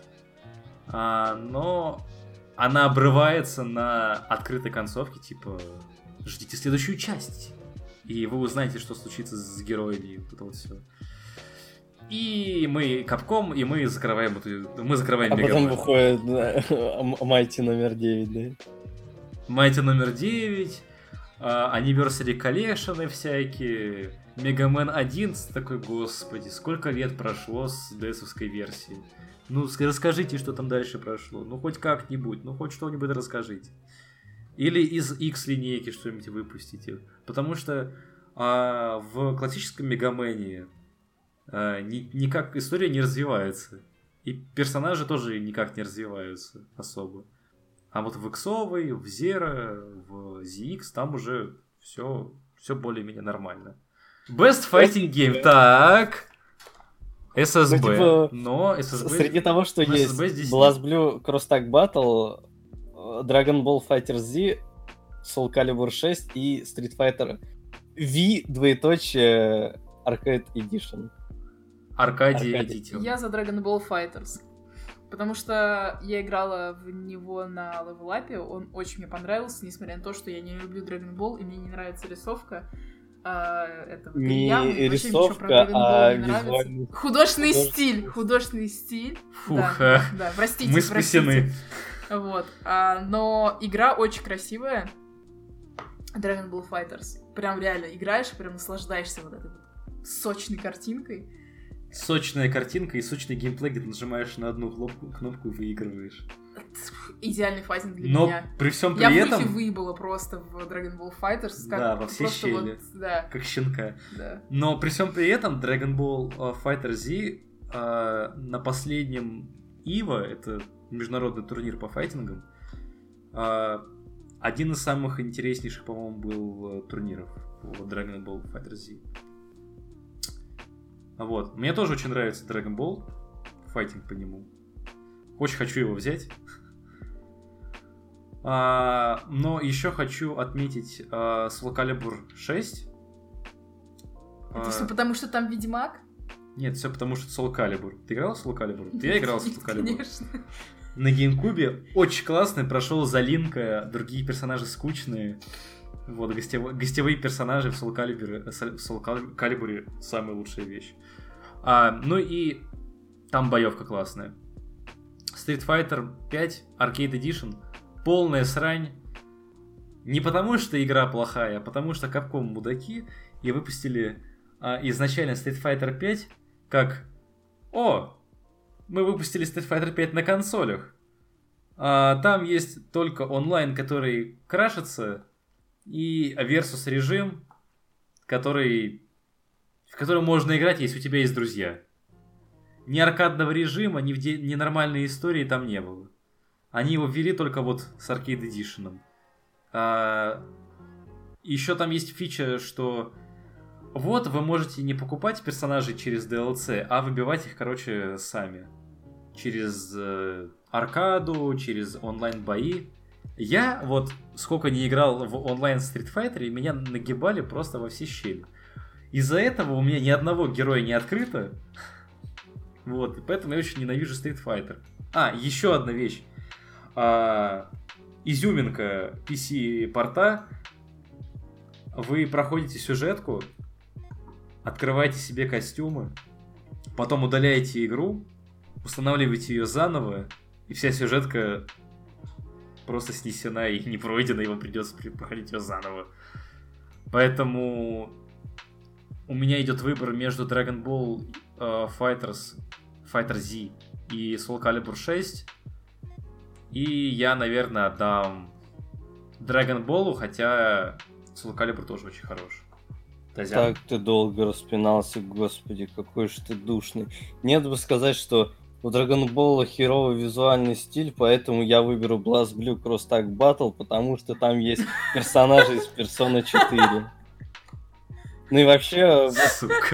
но она обрывается на открытой концовке, типа, ждите следующую часть, и вы узнаете, что случится с героями, и вот это вот все. И мы Capcom, и мы закрываем А Мегамен. потом выходит Mighty номер 9, да? Mighty номер 9, Anniversary Collection всякие, Мегамен 11, такой, господи, сколько лет прошло с DS-овской версии. Ну, расскажите, что там дальше прошло. Ну, хоть как-нибудь, ну, хоть что-нибудь расскажите. Или из X-линейки что-нибудь выпустите. Потому что в классическом Мегамене никак история не развивается. И персонажи тоже никак не развиваются особо. А вот в Иксовой, в Zero, в ZX там уже все более-менее нормально. Best Fighting Game. Так. SSB. Но SSB... Среди того, что но есть SSB здесь BlazBlue Cross Tag Battle, Dragon Ball FighterZ Z, Soul Calibur 6 и Street Fighter V, двоеточие, Arcade Edition. Аркадий Аркадий. Эдитил. Я за Dragon Ball Fighters. Потому что я играла в него на Level Up, он очень мне понравился, несмотря на то, что я не люблю Dragon Ball, и мне не нравится рисовка этого Не Торияма, и вообще ничего рисовка, про Dragon Ball а не нравится. визуальный. Художественный стиль. Фух, Да, простите, мы спасены. Вот. Но игра очень красивая. Dragon Ball Fighters. Прям реально играешь, прям наслаждаешься вот этой вот сочной картинкой. Сочная картинка и сочный геймплей, где ты нажимаешь на одну кнопку и выигрываешь. Идеальный файтинг для Но меня. при всем при Я этом... выебала просто в Dragon Ball Fighters. Да, во все просто щели. да. Как щенка. Да. Но при всем при этом Dragon Ball Fighter Z на последнем EVO, это международный турнир по файтингам, один из самых интереснейших, по-моему, был турниров по Dragon Ball Fighter Z. Вот. Мне тоже очень нравится Dragon Ball, файтинг по нему. Очень хочу его взять. Но еще хочу отметить Soul Calibur 6. Это все потому, что там Ведьмак? Нет, все потому, что Soul Calibur. Ты играл в Soul Calibur? Я играл в Soul Calibur. Конечно. На GameCube очень классный, прошел за Линка, другие персонажи скучные. Вот, гостевые персонажи в Soul Calibur самая лучшая вещь. Ну и там боевка классная. Street Fighter 5 Arcade Edition полная срань. Не потому, что игра плохая, а потому что Capcom мудаки и выпустили изначально Street Fighter 5 как мы выпустили Street Fighter 5 на консолях. Там есть только онлайн, который крашится, и versus режим, в который можно играть, если у тебя есть друзья. Ни аркадного режима, ни нормальной истории там не было. Они его ввели только вот с Arcade Edition. Еще там есть фича, что вот вы можете не покупать персонажей через DLC, а выбивать их, короче, сами. Через аркаду, через онлайн-бои. Я вот сколько не играл в онлайн Street Fighter, меня нагибали просто во все щели. Из-за этого у меня ни одного героя не открыто. Вот, и поэтому я очень ненавижу Street Fighter. Еще одна вещь. Изюминка PC-порта. Вы проходите сюжетку, открываете себе костюмы, потом удаляете игру, устанавливаете ее заново, и вся сюжетка просто снесена и не пройдена, и вам придется проходить ее заново. Поэтому у меня идет выбор между Dragon Ball Fighter Z и Soul Calibur 6. И я, наверное, отдам Dragon Ball, хотя Soul Calibur тоже очень хорош. Так ты долго распинался, господи, какой же ты душный. Нет бы сказать, что у Dragon Ball херовый визуальный стиль, поэтому я выберу Blast Blue Cross Tag Battle, потому что там есть персонажи из Persona 4. Ну и вообще... Сука.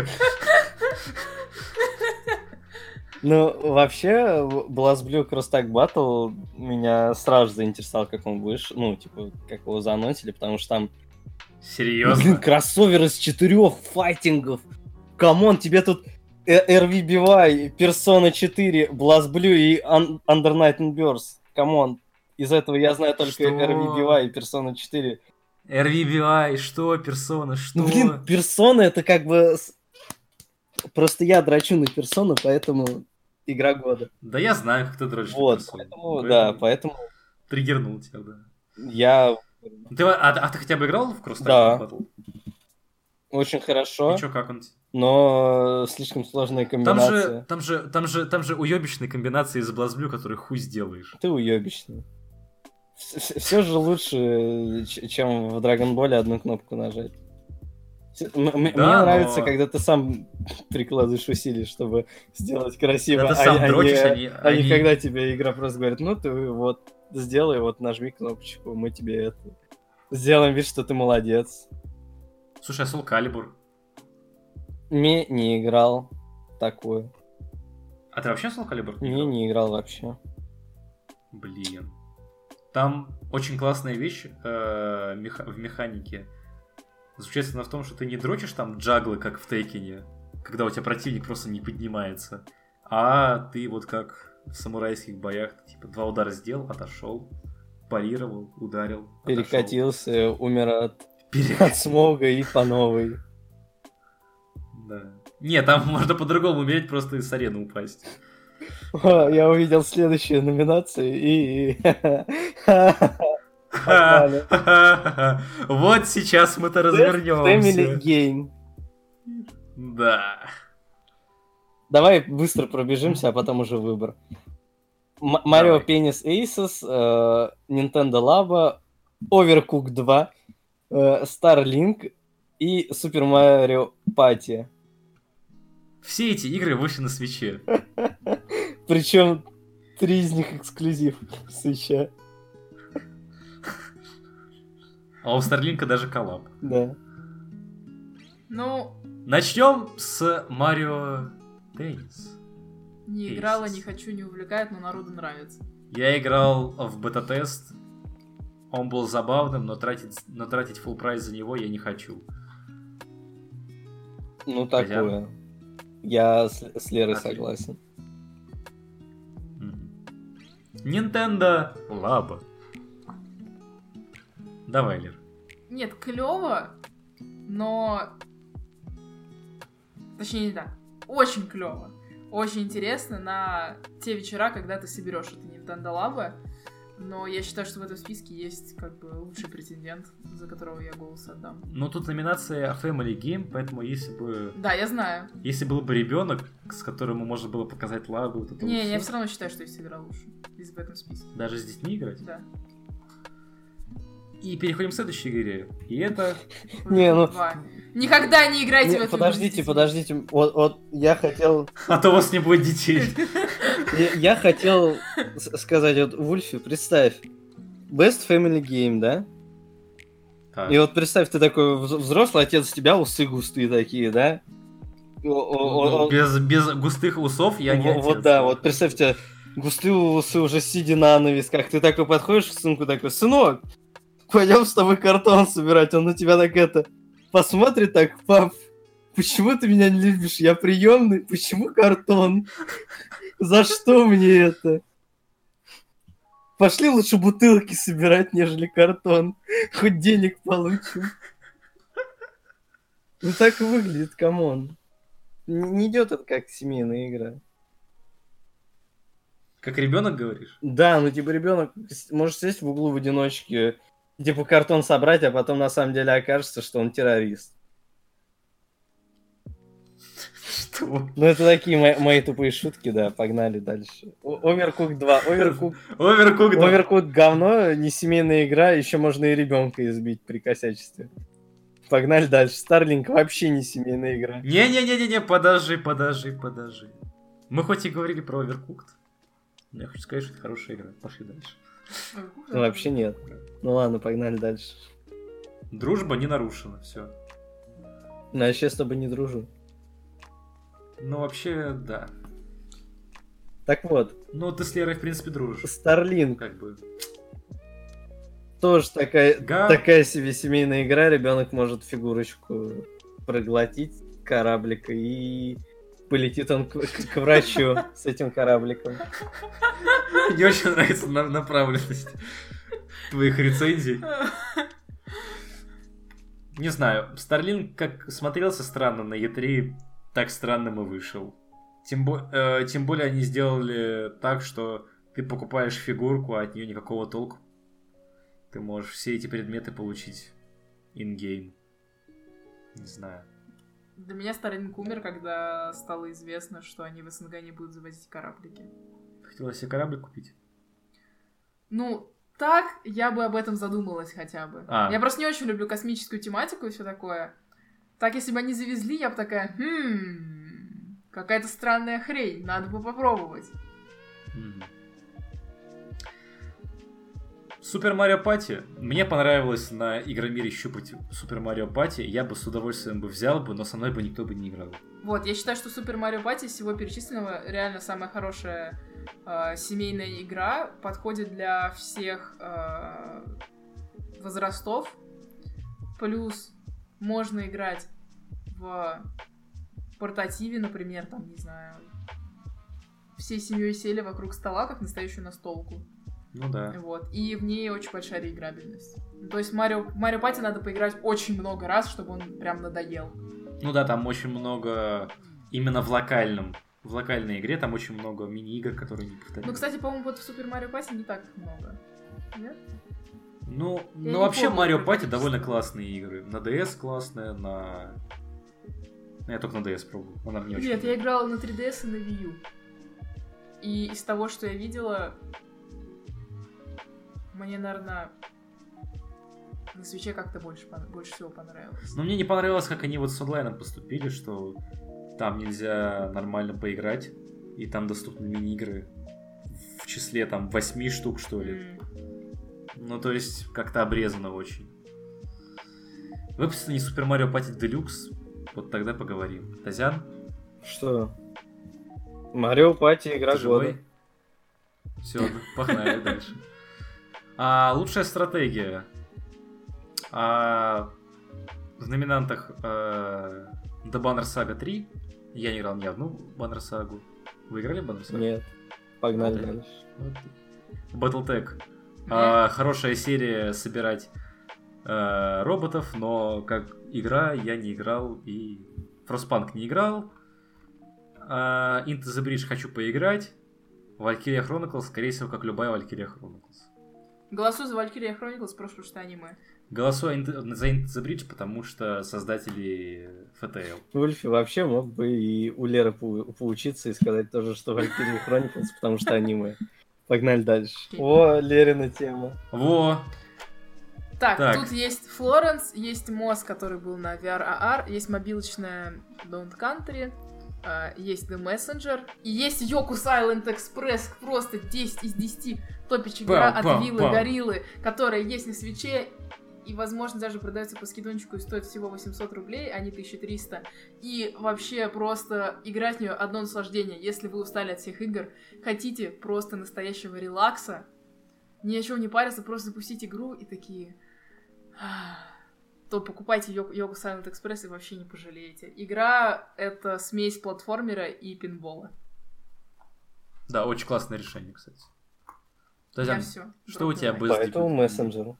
Ну, вообще, Blast Blue Cross Tag Battle меня сразу заинтересовал, как он вышел, ну, типа, как его заанонсили, потому что там... Серьезно? Блин, кроссовер из 4 файтингов! Камон, тебе тут RVBY, Persona 4, Blast Blue и Under Night and Burst. Камон. Из этого я знаю только Что? RVBY и Persona 4. RVBI, что? Persona, что? Ну, блин, Persona это как бы... Просто я дрочу на Persona, поэтому игра года. Да я знаю, как ты дрочишь. Вот, на Persona. поэтому, да, поэтому Триггернул тебя, да. я... Ты хотя бы играл в Cross Tag Да. Battle? Очень хорошо, И чё, как он? но слишком сложная комбинация. Там же уебищные комбинации из Blast Blue, которые хуй сделаешь. Ты уебищный. Все же лучше, чем в Dragon Ball одну кнопку нажать. Мне нравится, когда ты сам прикладываешь усилия, чтобы сделать красиво, Когда ты сам дрочишь, а не когда тебе игра просто говорит, ну ты вот сделай, вот нажми кнопочку, мы тебе это... Сделаем вид, что ты молодец. Слушай, а Soul Calibur? Не играл такую. А ты вообще в Soul Calibur не Не, играл? не играл вообще. Блин. Там очень классная вещь в механике. Заключается в том, что ты не дрочишь там джаглы, как в Тейкене, когда у тебя противник просто не поднимается. А ты вот как в самурайских боях, типа 2 удара сделал, отошел, парировал, ударил, отошел. Перекатился, умер от смога и по новой. Да. Не, там можно по-другому умереть, просто с арены упасть. Я увидел следующую номинацию и... Вот сейчас мы-то Family развернемся. Game. Да. Давай быстро пробежимся, а потом уже выбор. Mario Tennis Aces, Nintendo Labo, Overcooked 2, Starlink и Super Mario Party. Все эти игры вышли на свече. Причем 3 из них эксклюзив свеча. А у Старлинка даже коллаб. Да. Ну, Начнем с Марио Теннис. не играла, не хочу, не увлекает, но народу нравится. Я играл в бета-тест. Он был забавным, но тратить full прайс за него я не хочу. Ну, такое. Я с Лерой Отлично. согласен. Nintendo Labo. Давай, Лер. Нет, клево, но... Точнее, не так. Очень клево. Очень интересно на те вечера, когда ты соберешь это Nintendo Labo. Но я считаю, что в этом списке есть как бы лучший претендент, за которого я голос отдам. Ну, тут номинация Family Game, поэтому если бы... Да, я знаю. Если был бы ребенок, с которому можно было показать Лабу, то Не, всё. я все равно считаю, что есть игра лучше. Из в этом списке. Даже с детьми играть? Да. И переходим к следующей игре. И это... Не, ну- Два. Никогда не играйте в Не, эту подождите, игру. подождите. Вот я хотел... А то у вас не будет детей. Я хотел сказать, вот, Вульфи, представь. Best Family Game, да? Так. И вот представь, ты такой взрослый отец, у тебя усы густые такие, да? Ну, без густых усов я не Вот отец. да, вот представь, у тебя густые усы уже сидя на нависках. Ты такой подходишь к сынку такой: сынок, пойдем с тобой картон собирать. Он на тебя так посмотрит так: пап, почему ты меня не любишь? Я приемный, почему картон? За что мне это? Пошли лучше бутылки собирать, нежели картон. Хоть денег получим. Ну так и выглядит, камон. Не идет это как семейная игра. Как ребенок говоришь? Да, ну типа ребенок может сесть в углу в одиночке, типа картон собрать, а потом на самом деле окажется, что он террорист. Что? Ну это такие мои тупые шутки, да, погнали дальше. Overcooked 2. Overcooked говно, не семейная игра, еще можно и ребенка избить при косячестве. Погнали дальше. Starlink вообще не семейная игра. Не-не-не-не, подожди. Мы хоть и говорили про Overcooked, но я хочу сказать, что это хорошая игра. Пошли дальше. Ну вообще нет. Ну ладно, погнали дальше. Дружба не нарушена, все. Ну я сейчас с тобой не дружу. Ну вообще, да. Так вот, Ну ты с Лерой, в принципе, дружишь. Starlink. Как бы. Тоже такая Га- себе семейная игра. Ребенок может фигурочку проглотить кораблика и полетит он к врачу с этим корабликом. Мне очень нравится направленность твоих рецензий. Не знаю, Starlink как смотрелся странно на E3, так странным и вышел. Тем более они сделали так, что ты покупаешь фигурку, а от нее никакого толку. Ты можешь все эти предметы получить in-game. Не знаю. Для меня Starlink умер, когда стало известно, что они в СНГ не будут завозить кораблики. Хотела себе корабль купить? Ну, так я бы об этом задумалась хотя бы. А. Я просто не очень люблю космическую тематику и все такое. Так, если бы они завезли, я бы такая, какая-то странная хрень, надо бы попробовать. Супер Марио Пати. Мне понравилось на Игромире щупать Супер Марио Пати. Я бы с удовольствием бы взял бы, но со мной бы никто бы не играл. Вот, я считаю, что Супер Марио Пати из всего перечисленного реально самая хорошая семейная игра. Подходит для всех возрастов. Плюс можно играть в портативе, например, там, не знаю, всей семьей сели вокруг стола, как настоящую настолку. Ну да. Вот. И в ней очень большая реиграбельность. То есть Марио Пати надо поиграть очень много раз, чтобы он прям надоел. Ну да, там очень много именно в локальной игре, там очень много мини-игр, которые не повторяются. Ну, кстати, по-моему, вот в Супер Марио Пати не так много. Нет? Ну не вообще помню Марио про Пати количество. довольно классные игры. На DS классная, на... Я только на DS пробовал, она мне очень Нет, я играла на 3DS и на Wii U. И из того, что я видела, мне, наверное, на свече как-то больше всего понравилось. Но мне не понравилось, как они вот с онлайном поступили, что там нельзя нормально поиграть, и там доступны мини-игры в числе там 8 штук, что ли. Ну, то есть, как-то обрезано очень. Выпустили не Super Mario Party Deluxe, вот тогда поговорим. Тазян? Что? Марио Пати игра Ты живой? года. Все, погнали дальше. Лучшая стратегия. В номинантах The Banner Saga 3. Я не играл ни одну Banner Saga. Вы играли в Banner Saga? Нет. Погнали Вот. дальше. Battletech. Хорошая серия собирать роботов, но как игра я не играл, и Frostpunk не играл. Into the Bridge хочу поиграть. Valkyria Chronicles, скорее всего, как любая Valkyria Chronicles. Голосую за Valkyria Chronicles, просто что аниме. Голосую за Into the Bridge, потому что создатели FTL. Ульфи вообще мог бы и у Леры поучиться и сказать тоже, что Valkyrie Chronicles, потому что аниме. Погнали дальше. О, Лерина тема. Во! Так, тут есть Флоренс, есть Moss, который был на VR AR, есть мобилочная Don't Country, есть The Messenger, и есть Yoku's Island Express, просто 10 из 10 топич игра от Виллы Гориллы, которая есть на свече, и, возможно, даже продается по скидончику и стоит всего 800 рублей, а не 1300. И вообще просто играть в нее одно наслаждение. Если вы устали от всех игр, хотите просто настоящего релакса, ни о чем не париться, просто запустить игру и такие... то покупайте Yoku's Island Express и вообще не пожалеете. Игра — это смесь платформера и пинбола. Да, очень классное решение, кстати. Я все. Что у тебя был? Поэтому мессенджеру.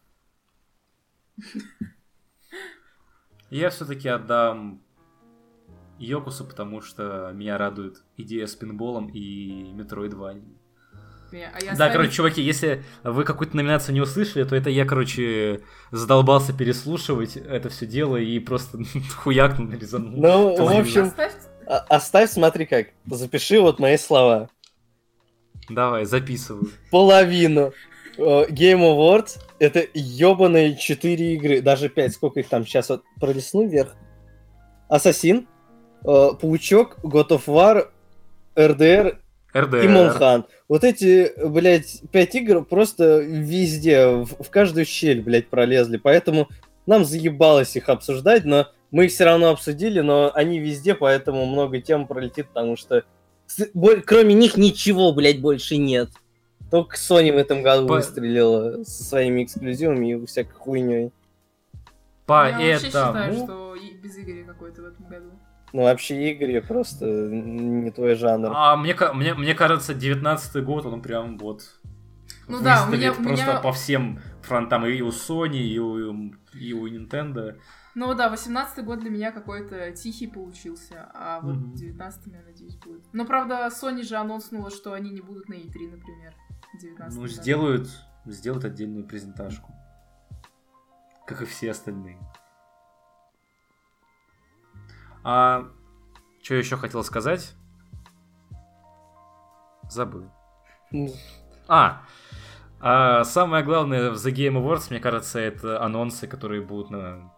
Я все-таки отдам Йокусу, потому что меня радует идея с пинболом и Metroidvania. Да, короче, чуваки, если вы какую-то номинацию не услышали, то это я, короче, задолбался переслушивать это все дело и просто хуякнул, резанул. Ну, в общем, оставь, смотри как, запиши вот мои слова. Давай, записываю. Половину Game Awards — это ёбаные 4 игры, даже 5, сколько их там сейчас, вот пролистну вверх. Ассасин, Паучок, God of War, RDR и Монхан. Вот эти, блядь, 5 игр просто везде, в каждую щель, блядь, пролезли. Поэтому нам заебалось их обсуждать, но мы их все равно обсудили, но они везде, поэтому много тем пролетит, потому что кроме них ничего, блядь, больше нет. Только Sony в этом году выстрелила со своими эксклюзивами и всякой хуйней. Я вообще считаю, что без Игоря какой-то в этом году. Ну, вообще, Игорь просто не твой жанр. Мне кажется, 19-й год, он прям вот... Ну да, у меня по всем фронтам, и у Sony, и у Nintendo. Ну да, 18-й год для меня какой-то тихий получился, а вот 19-й, я надеюсь, будет. Но, правда, Sony же анонснула, что они не будут на E3, например, 19-й. Ну, сделают отдельную презентажку. Как и все остальные. Что я еще хотел сказать? Забыл. Самое главное в The Game Awards, мне кажется, это анонсы, которые будут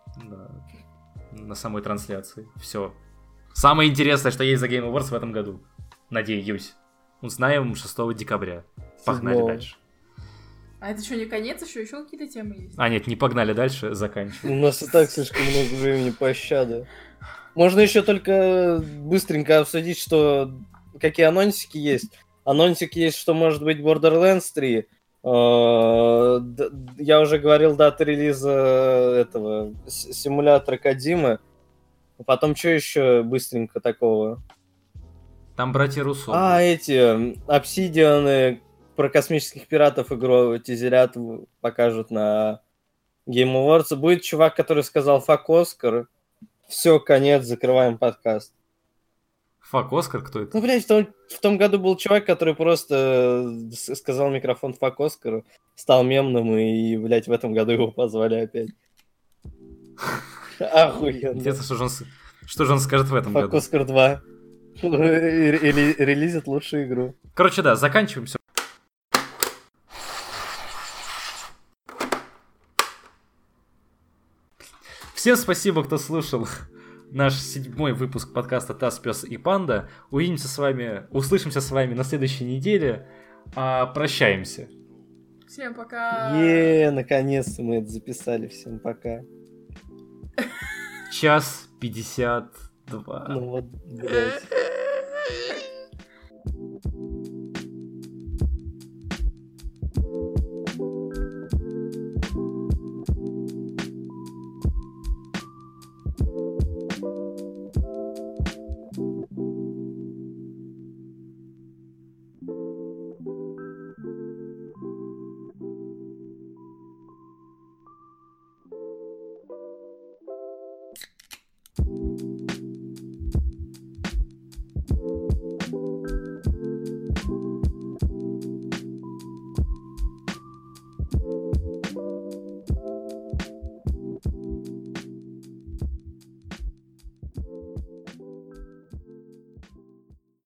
на самой трансляции. Все. Самое интересное, что есть за Game Awards в этом году. Надеюсь. Узнаем 6 декабря. Погнали дальше. А это что, не конец? Еще какие-то темы есть? Нет, не погнали дальше, заканчиваем. У нас и так слишком много времени, пощады. Можно еще только быстренько обсудить, что какие анонсики есть. Анонсик есть, что может быть Borderlands 3. Я уже говорил дату релиза этого симулятора Кодзимы. Потом что еще быстренько такого? Там братья Руссо. Эти Obsidian про космических пиратов игру тизерят, покажут на Game Awards. Будет чувак, который сказал «Fuck Оскар». Все, конец, закрываем подкаст. Фак Оскар, кто это? Ну, блядь, в том году был чувак, который просто сказал микрофон «Fuck Оскар», стал мемным, и, блядь, в этом году его позвали опять. Охуенно. Интересно, что же он скажет в этом Fuck году. Оскар 2. Релизит лучшую игру. Короче, да, заканчиваем все. Всем спасибо, кто слушал наш 7-й выпуск подкаста «Таз, Пёс и Панда». Услышимся с вами на следующей неделе. Прощаемся. Всем пока. Наконец-то мы это записали. Всем пока. 1:52. Ну вот, блядь.